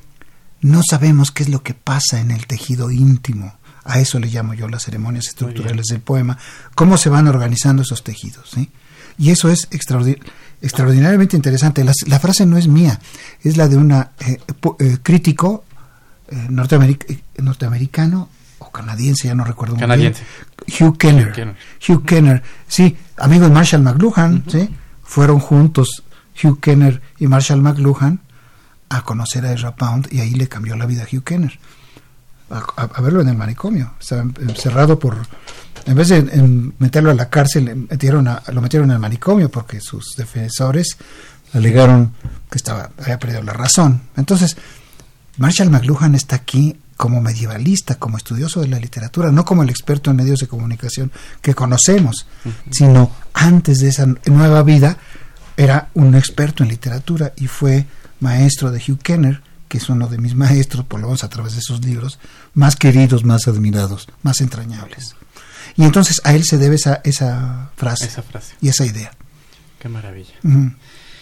F: no sabemos qué es lo que pasa en el tejido íntimo. A eso le llamo yo las ceremonias estructurales del poema, cómo se van organizando esos tejidos, ¿sí? Y eso es extraordinario. extraordinariamente interesante. La, la frase no es mía, es la de un eh, eh, crítico eh, norteameric- eh, norteamericano o canadiense, ya no recuerdo muy
B: canadiense.
F: bien. Hugh Kenner. Hugh Kenner, Hugh Kenner sí, amigo de Marshall McLuhan, uh-huh. ¿sí? Fueron juntos Hugh Kenner y Marshall McLuhan a conocer a Ezra Pound y ahí le cambió la vida a Hugh Kenner. A, a, a verlo en el manicomio, estaba encerrado por... En vez de en meterlo a la cárcel, metieron a, lo metieron en el manicomio porque sus defensores alegaron que estaba había perdido la razón. Entonces, Marshall McLuhan está aquí como medievalista, como estudioso de la literatura, no como el experto en medios de comunicación que conocemos, uh-huh. sino antes de esa nueva vida era un experto en literatura y fue maestro de Hugh Kenner, que es uno de mis maestros, por lo menos a través de sus libros, más queridos, más admirados, más entrañables. Y entonces a él se debe esa, esa frase,
B: esa frase
F: y esa idea.
B: Qué maravilla.
F: Uh-huh.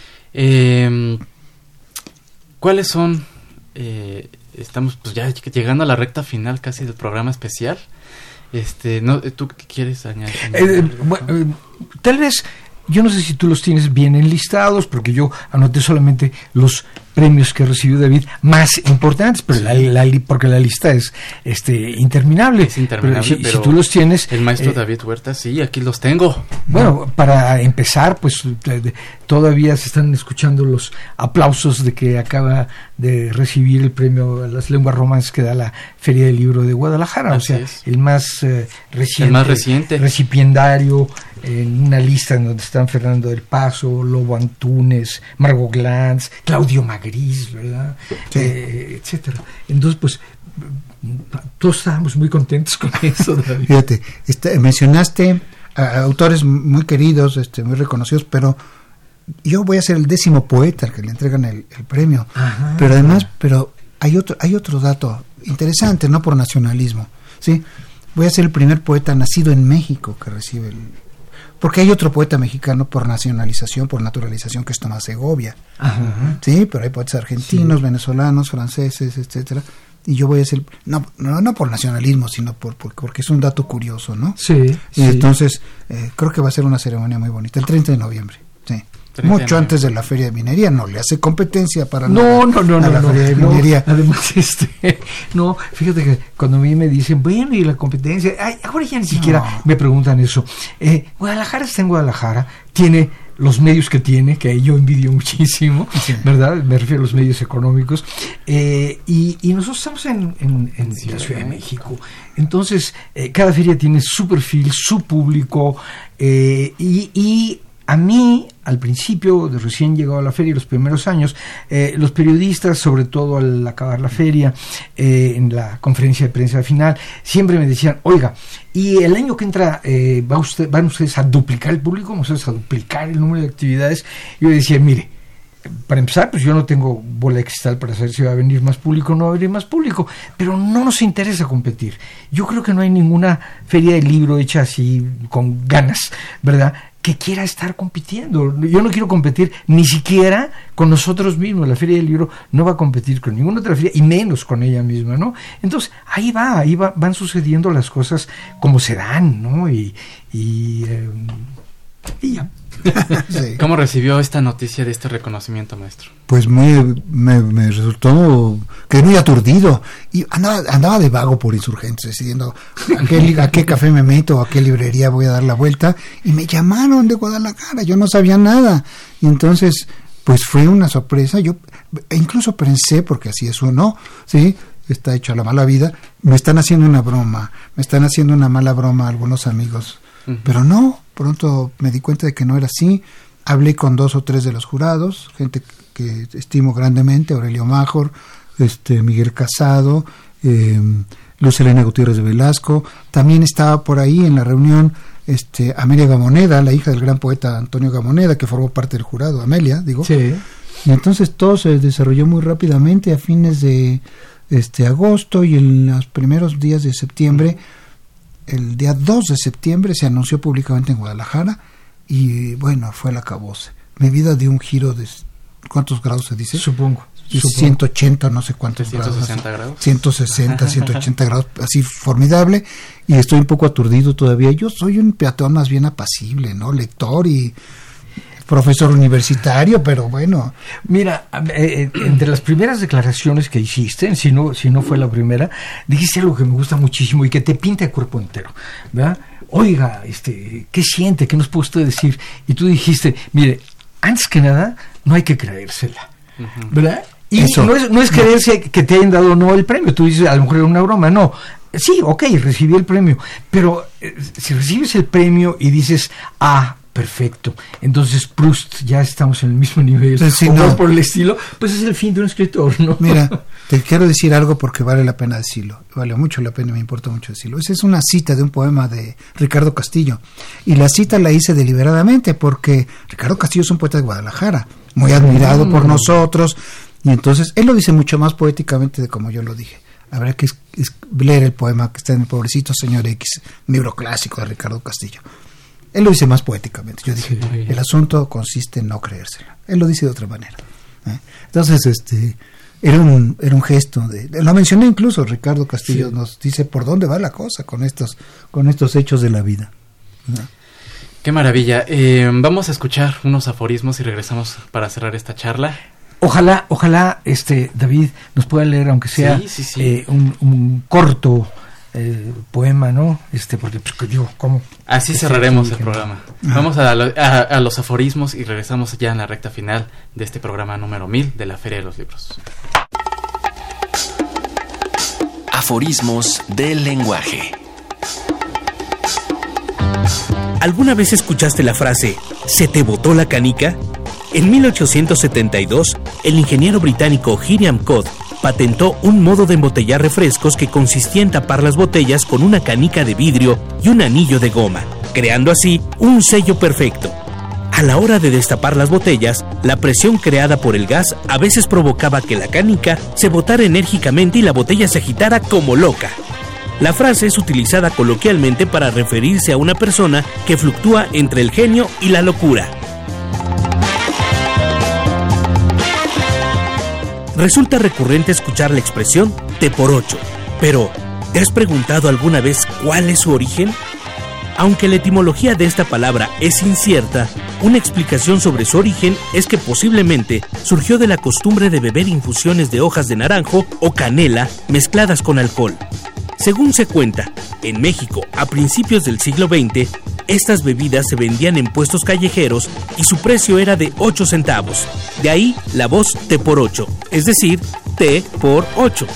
B: Eh, ¿Cuáles son? Eh, estamos pues ya llegando a la recta final casi del programa especial. Este, no, ¿tú qué quieres añadir?
E: Eh, bueno, tal vez yo no sé si tú los tienes bien enlistados, porque yo anoté solamente los premios que recibió David más importantes, pero la, la, porque la lista es este interminable.
B: Es interminable,
E: pero si,
B: pero
E: si tú los tienes...
B: El maestro
E: eh,
B: David Huerta, sí, aquí los tengo.
E: Bueno, para empezar, pues todavía se están escuchando los aplausos de que acaba de recibir el premio a las lenguas romances que da la Feria del Libro de Guadalajara.
B: Así
E: o sea,
B: es.
E: el más, eh, reciente,
B: el más reciente
E: recipiendario, en una lista en donde están Fernando del Paso, Lobo Antunes, Margot Glantz, Claudio Magris, ¿verdad?
F: Sí.
E: Eh, etcétera. Entonces, pues, todos estábamos muy contentos con eso, David.
F: Fíjate, este, mencionaste a autores muy queridos, este, muy reconocidos, pero yo voy a ser el décimo poeta al que le entregan el, el premio.
E: Ajá.
F: Pero además, pero hay otro, hay otro dato interesante, no por nacionalismo, ¿sí? Voy a ser el primer poeta nacido en México que recibe el... Porque hay otro poeta mexicano por nacionalización, por naturalización, que es Tomás Segovia.
E: Ajá.
F: Sí, pero hay poetas argentinos,
E: sí.
F: venezolanos, franceses, etcétera. Y yo voy a ser, no, no, no por nacionalismo, sino por, por porque es un dato curioso, ¿no?
E: Sí.
F: Y
E: sí.
F: entonces, eh, creo que va a ser una ceremonia muy bonita, el treinta de noviembre, sí. Mucho antes de la Feria de Minería, no le hace competencia para
E: no,
F: nada
E: no, no,
F: a
E: no,
F: la
E: no,
F: Feria de
E: no,
F: Minería.
E: Además, este, no, fíjate que cuando a mí me dicen, bueno, y la competencia, ay, ahora ya ni siquiera
F: No.
E: me preguntan eso. Eh, Guadalajara está en Guadalajara, tiene los medios que tiene, que ahí yo envidio muchísimo,
F: Sí.
E: ¿verdad? Me refiero a los medios económicos, eh, y, y nosotros estamos en, en, en
B: Sí,
E: la Ciudad de
B: ¿no?
E: México. Entonces, eh, cada feria tiene su perfil, su público, eh, y, y a mí, al principio, de recién llegado a la feria, los primeros años, eh, los periodistas, sobre todo al acabar la feria, eh, en la conferencia de prensa final, siempre me decían, oiga, y el año que entra, eh, ¿va usted, ¿van ustedes a duplicar el público? ¿Van ustedes a duplicar el número de actividades? Yo decía, mire, para empezar, pues yo no tengo bola de cristal para saber si va a venir más público o no va a venir más público, pero no nos interesa competir. Yo creo que no hay ninguna feria de libro hecha así con ganas, ¿verdad?, que quiera estar compitiendo. Yo no quiero competir ni siquiera con nosotros mismos. La Feria del Libro no va a competir con ninguna otra feria y menos con ella misma, ¿no? Entonces, ahí va, ahí va, van sucediendo las cosas como se dan, ¿no? Y, y, eh, y ya.
F: Sí.
B: ¿Cómo recibió esta noticia de este reconocimiento, maestro?
F: Pues muy, me, me resultó, quedé muy aturdido y andaba, andaba de vago por Insurgentes, decidiendo a qué, a qué café me meto, a qué librería voy a dar la vuelta, y me llamaron de Guadalajara, yo no sabía nada, y entonces pues fue una sorpresa. Yo incluso pensé, porque así es uno, sí, está hecho a la mala vida, me están haciendo una broma, me están haciendo una mala broma algunos amigos, uh-huh. Pero no, pronto me di cuenta de que no era así. Hablé con dos o tres de los jurados, gente que estimo grandemente, Aurelio Major, este Miguel Casado, eh, Luz Helena Gutiérrez de Velasco. También estaba por ahí en la reunión este Amelia Gamoneda, la hija del gran poeta Antonio Gamoneda, que formó parte del jurado, Amelia, digo.
E: Sí.
F: Y entonces todo se desarrolló muy rápidamente a fines de este agosto, y en los primeros días de septiembre, el día dos de septiembre, se anunció públicamente en Guadalajara. Y bueno, fue el acabose. Mi vida dio un giro de, ¿cuántos grados se dice?
E: Supongo.
F: Y
E: supongo.
F: ciento ochenta, no sé cuántos
B: ciento sesenta
F: grados.
B: grados.
F: ciento sesenta, ciento ochenta grados, así formidable. Y estoy un poco aturdido todavía. Yo soy un peatón más bien apacible, ¿no? Lector y profesor universitario, pero bueno.
E: Mira, eh, entre las primeras declaraciones que hiciste, si no, si no fue la primera, dijiste algo que me gusta muchísimo y que te pinta el cuerpo entero, ¿verdad? Oiga, este, ¿qué siente? ¿Qué nos puede usted decir? Y tú dijiste, mire, antes que nada, no hay que creérsela, uh-huh. ¿verdad? Y
F: Eso.
E: no es, no es creerse que te hayan dado o no el premio. Tú dices, a lo mejor era una broma. No, sí, ok, recibí el premio. Pero eh, si recibes el premio y dices, ah, perfecto, entonces Proust, ya estamos en el mismo nivel,
F: sí,
E: o
F: no.
E: por el estilo, pues es el fin de un escritor, ¿no?
F: Mira, te quiero decir algo porque vale la pena decirlo, vale mucho la pena, me importa mucho decirlo. Esa es una cita de un poema de Ricardo Castillo, y la cita la hice deliberadamente porque Ricardo Castillo es un poeta de Guadalajara, muy admirado mm. por nosotros, y entonces él lo dice mucho más poéticamente de como yo lo dije. Habrá que es, es leer el poema que está en El Pobrecito Señor X, un libro clásico de Ricardo Castillo. Él lo dice más poéticamente. Yo dije, sí, el asunto consiste en no creérsela. Él lo dice de otra manera. ¿eh? Entonces, este, era un, era un gesto de, lo mencioné incluso, Ricardo Castillo sí. nos dice por dónde va la cosa con estos, con estos hechos de la vida. ¿no?
B: Qué maravilla. Eh, vamos a escuchar unos aforismos y regresamos para cerrar esta charla.
E: Ojalá, ojalá, este David nos pueda leer, aunque sea
B: sí, sí, sí.
E: Eh, un, un corto eh, poema, ¿no? Este, porque pues digo, ¿cómo?
B: Así cerraremos el programa. Ah. Vamos a, a, a los aforismos y regresamos ya en la recta final de este programa número mil de la Feria de los Libros.
C: Aforismos del lenguaje.
J: ¿Alguna vez escuchaste la frase ¿se te botó la canica? En mil ochocientos setenta y dos, el ingeniero británico Hiram Codd patentó un modo de embotellar refrescos que consistía en tapar las botellas con una canica de vidrio y un anillo de goma, creando así un sello perfecto. A la hora de destapar las botellas, la presión creada por el gas a veces provocaba que la canica se botara enérgicamente y la botella se agitara como loca. La frase es utilizada coloquialmente para referirse a una persona que fluctúa entre el genio y la locura. Resulta recurrente escuchar la expresión te por ocho, pero ¿te has preguntado alguna vez cuál es su origen? Aunque la etimología de esta palabra es incierta, una explicación sobre su origen es que posiblemente surgió de la costumbre de beber infusiones de hojas de naranjo o canela mezcladas con alcohol. Según se cuenta, en México, a principios del siglo veinte, estas bebidas se vendían en puestos callejeros y su precio era de ocho centavos. De ahí la voz te por ocho, es decir, té por ocho.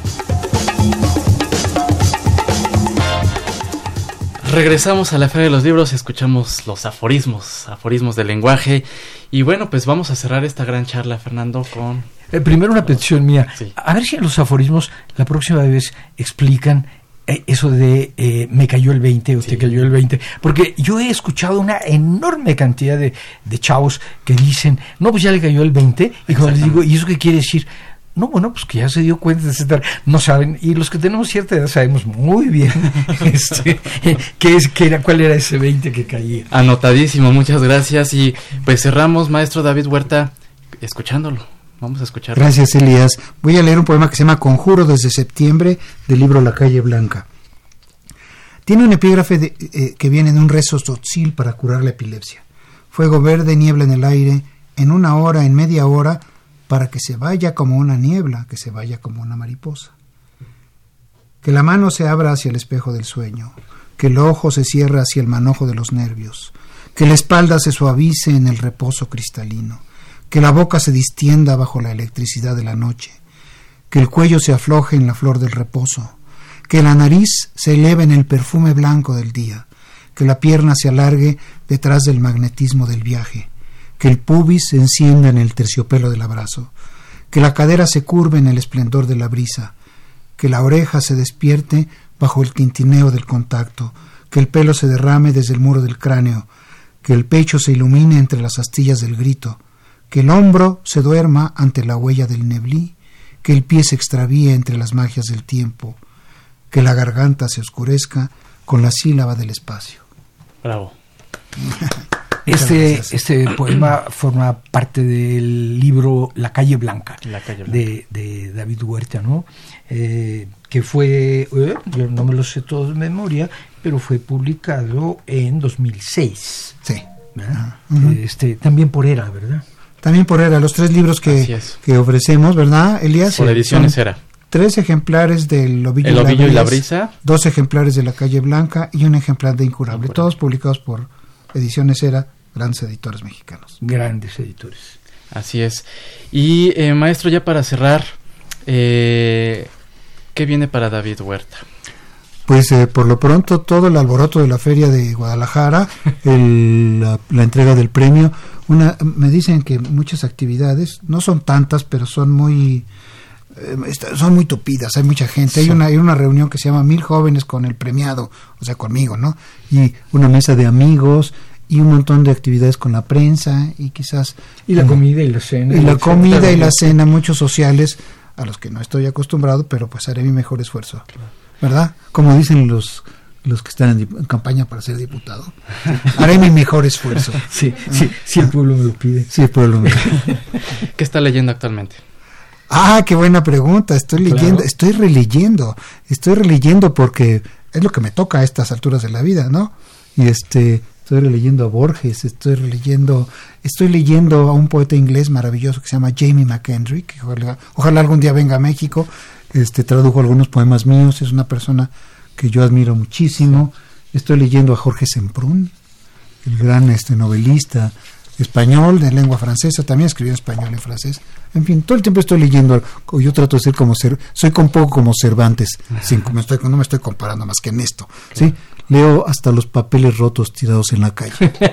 B: Regresamos a la Feria de los Libros y escuchamos los aforismos, aforismos del lenguaje. Y bueno, pues vamos a cerrar esta gran charla, Fernando, con...
E: Eh, primero una petición mía.
B: Sí.
E: A ver si en los aforismos la próxima vez explican eh, eso de eh, me cayó el veinte o sí. te cayó el veinte. Porque yo he escuchado una enorme cantidad de, de chavos que dicen, no, pues ya le cayó el veinte. Y cuando les digo, ¿y eso qué quiere decir? No, bueno, pues que ya se dio cuenta, etcétera. No saben, y los que tenemos cierta edad sabemos muy bien este, qué es, qué era, cuál era ese veinte que caía.
B: Anotadísimo, muchas gracias. Y pues cerramos, maestro David Huerta, escuchándolo. Vamos a escucharlo.
F: Gracias, Elías. Voy a leer un poema que se llama Conjuro desde septiembre, del libro La Calle Blanca. Tiene un epígrafe de, eh, que viene de un rezo tzotzil para curar la epilepsia. Fuego verde, niebla en el aire, en una hora, en media hora, para que se vaya como una niebla, que se vaya como una mariposa. Que la mano se abra hacia el espejo del sueño, que el ojo se cierre hacia el manojo de los nervios, que la espalda se suavice en el reposo cristalino, que la boca se distienda bajo la electricidad de la noche, que el cuello se afloje en la flor del reposo, que la nariz se eleve en el perfume blanco del día, que la pierna se alargue detrás del magnetismo del viaje, que el pubis se encienda en el terciopelo del abrazo, que la cadera se curve en el esplendor de la brisa, que la oreja se despierte bajo el tintineo del contacto, que el pelo se derrame desde el muro del cráneo, que el pecho se ilumine entre las astillas del grito, que el hombro se duerma ante la huella del neblí, que el pie se extravíe entre las magias del tiempo, que la garganta se oscurezca con la sílaba del espacio.
B: Bravo.
E: Este, este poema forma parte del libro La Calle Blanca,
B: La Calle Blanca.
E: De, de David Huerta, ¿no? Eh, que fue, eh, yo no me lo sé todo de memoria, pero fue publicado en dos mil seis.
F: Sí.
E: Uh-huh. Este, también por Era, ¿verdad?
F: También por Era, los tres libros que, que ofrecemos, ¿verdad, Elías?
B: Por ediciones Era.
F: Tres ejemplares del Ovillo,
B: El Ovillo
F: y, la
B: y la Brisa.
F: Dos ejemplares de La Calle Blanca y un ejemplar de Incurable. Incurable. Todos publicados por Ediciones Era, grandes editores mexicanos.
E: Grandes editores.
B: Así es. Y, eh, maestro, ya para cerrar, eh, ¿qué viene para David Huerta?
F: Pues eh, por lo pronto todo el alboroto de la Feria de Guadalajara, el, la, la entrega del premio. Una, me dicen que muchas actividades, no son tantas, pero son muy eh, son muy tupidas, hay mucha gente. Sí. Hay una hay una reunión que se llama Mil Jóvenes con el premiado, o sea, conmigo, ¿no? Y una mesa de amigos y un montón de actividades con la prensa y quizás...
E: Y la um, comida y la cena.
F: Y la comida y la cena, muchos sociales a los que no estoy acostumbrado, pero pues haré mi mejor esfuerzo, ¿verdad? Como dicen los los que están en, en campaña para ser diputado. Sí. Haré mi mejor esfuerzo.
E: Sí, sí, sí, el pueblo me lo pide.
F: Sí, el pueblo me lo pide.
B: ¿Qué está leyendo actualmente?
F: Ah, qué buena pregunta. Estoy leyendo, claro. estoy releyendo, estoy releyendo porque es lo que me toca a estas alturas de la vida, ¿no? Y este, estoy releyendo a Borges, estoy releyendo, estoy leyendo a un poeta inglés maravilloso que se llama Jamie McKendrick, que ojalá, ojalá algún día venga a México. Este, tradujo algunos poemas míos, es una persona que yo admiro muchísimo. Estoy leyendo a Jorge Semprún, el gran este novelista español de lengua francesa, también escribió en español y en francés. En fin, todo el tiempo estoy leyendo. Yo trato de ser como ser, soy un poco como Cervantes, sin, me estoy, no me estoy comparando más que en esto, ¿sí? Leo hasta los papeles rotos tirados en la calle.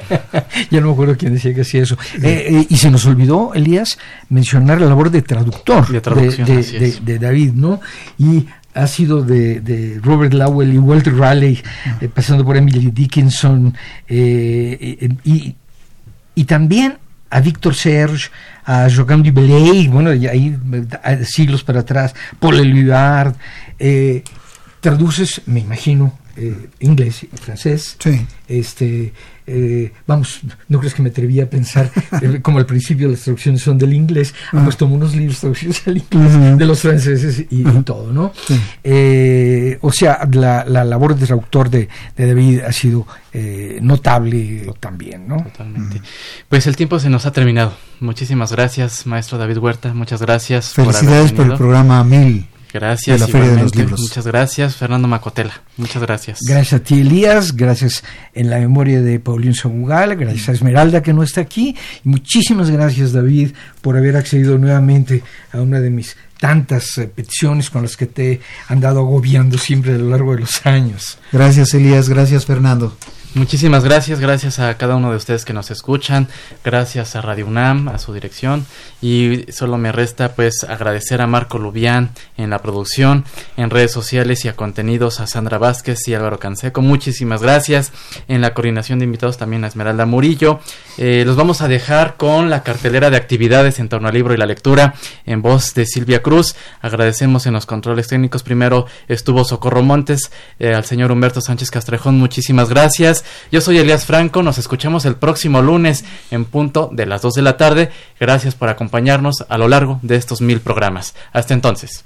E: Ya no me acuerdo quién decía que hacía eso. Eh, eh, y se nos olvidó, Elías, mencionar la labor de traductor
B: de, traducción,
E: de, de, de, de David, ¿no? Y ha sido de, de Robert Lowell y Walter Raleigh, uh-huh. eh, pasando por Emily Dickinson, eh, eh, y, y también a Víctor Serge, a Joachim du Bellay, bueno, ahí siglos para atrás, Paul Éluard. Eh, traduces, me imagino, eh, inglés y francés.
F: Sí.
E: Este, eh, vamos, no crees que me atreví a pensar, eh, como al principio las traducciones son del inglés, uh-huh. ah, pues tomo unos libros traducidos al inglés uh-huh. de los franceses y, uh-huh. y todo, ¿no? Sí. Eh, o sea, la, la labor de traductor de, de David ha sido eh, notable también, ¿no?
B: Totalmente. Uh-huh. Pues el tiempo se nos ha terminado. Muchísimas gracias, maestro David Huerta, muchas gracias.
F: Felicidades por, por el programa mil.
B: Gracias,
F: de la Feria de los Libros.
B: Muchas gracias, Fernando Macotela. Muchas gracias.
E: Gracias a ti, Elías. Gracias en la memoria de Paulín Sabugal. Gracias a Esmeralda, que no está aquí. Y muchísimas gracias, David, por haber accedido nuevamente a una de mis tantas eh, peticiones con las que te he andado agobiando siempre a lo largo de los años.
F: Gracias, Elías. Gracias, Fernando.
B: Muchísimas gracias, gracias a cada uno de ustedes que nos escuchan, gracias a Radio UNAM, a su dirección, y solo me resta pues agradecer a Marco Lubián en la producción, en redes sociales y a contenidos a Sandra Vázquez y Álvaro Canseco. Muchísimas gracias. En la coordinación de invitados también a Esmeralda Murillo. Eh, los vamos a dejar con la cartelera de actividades en torno al libro y la lectura en voz de Silvia Cruz. Agradecemos en los controles técnicos, primero estuvo Socorro Montes, eh, al señor Humberto Sánchez Castrejón, muchísimas gracias. Yo soy Elías Franco, nos escuchamos el próximo lunes en punto de las dos de la tarde. Gracias por acompañarnos a lo largo de estos mil programas. Hasta entonces.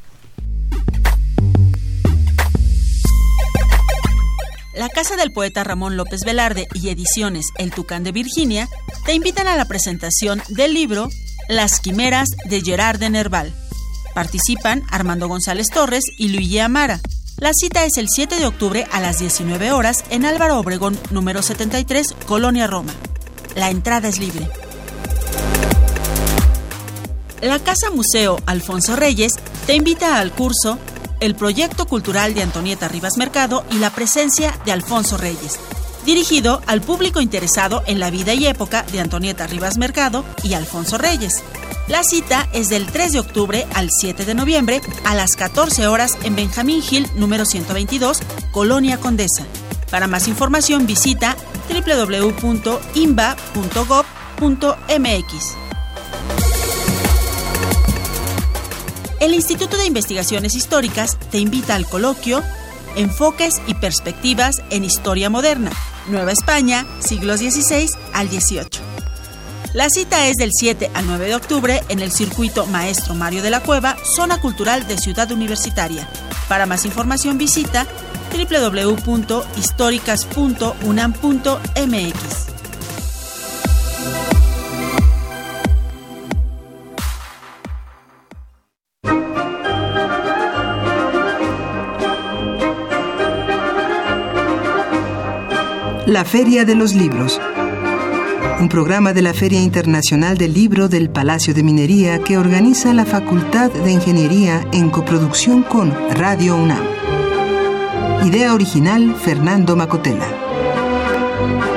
K: La Casa del Poeta Ramón López Velarde y Ediciones El Tucán de Virginia te invitan a la presentación del libro Las Quimeras de Gerard de Nerval. Participan Armando González Torres y Luigi Amara. La cita es el siete de octubre a las diecinueve horas en Álvaro Obregón, número setenta y tres, Colonia Roma. La entrada es libre. La Casa Museo Alfonso Reyes te invita al curso El Proyecto Cultural de Antonieta Rivas Mercado y la presencia de Alfonso Reyes, dirigido al público interesado en la vida y época de Antonieta Rivas Mercado y Alfonso Reyes. La cita es del tres de octubre al siete de noviembre a las catorce horas en Benjamín Gil, número ciento veintidós, Colonia Condesa. Para más información visita doble u doble u doble u punto i n b a punto gob punto m x. El Instituto de Investigaciones Históricas te invita al coloquio Enfoques y Perspectivas en Historia Moderna, Nueva España, siglos dieciséis al dieciocho. La cita es del siete al nueve de octubre en el Circuito Maestro Mario de la Cueva, Zona Cultural de Ciudad Universitaria. Para más información visita doble u doble u doble u punto históricas punto unam punto m x.
A: La Feria de los Libros. Un programa de la Feria Internacional del Libro del Palacio de Minería que organiza la Facultad de Ingeniería en coproducción con Radio UNAM. Idea original, Fernando Macotela.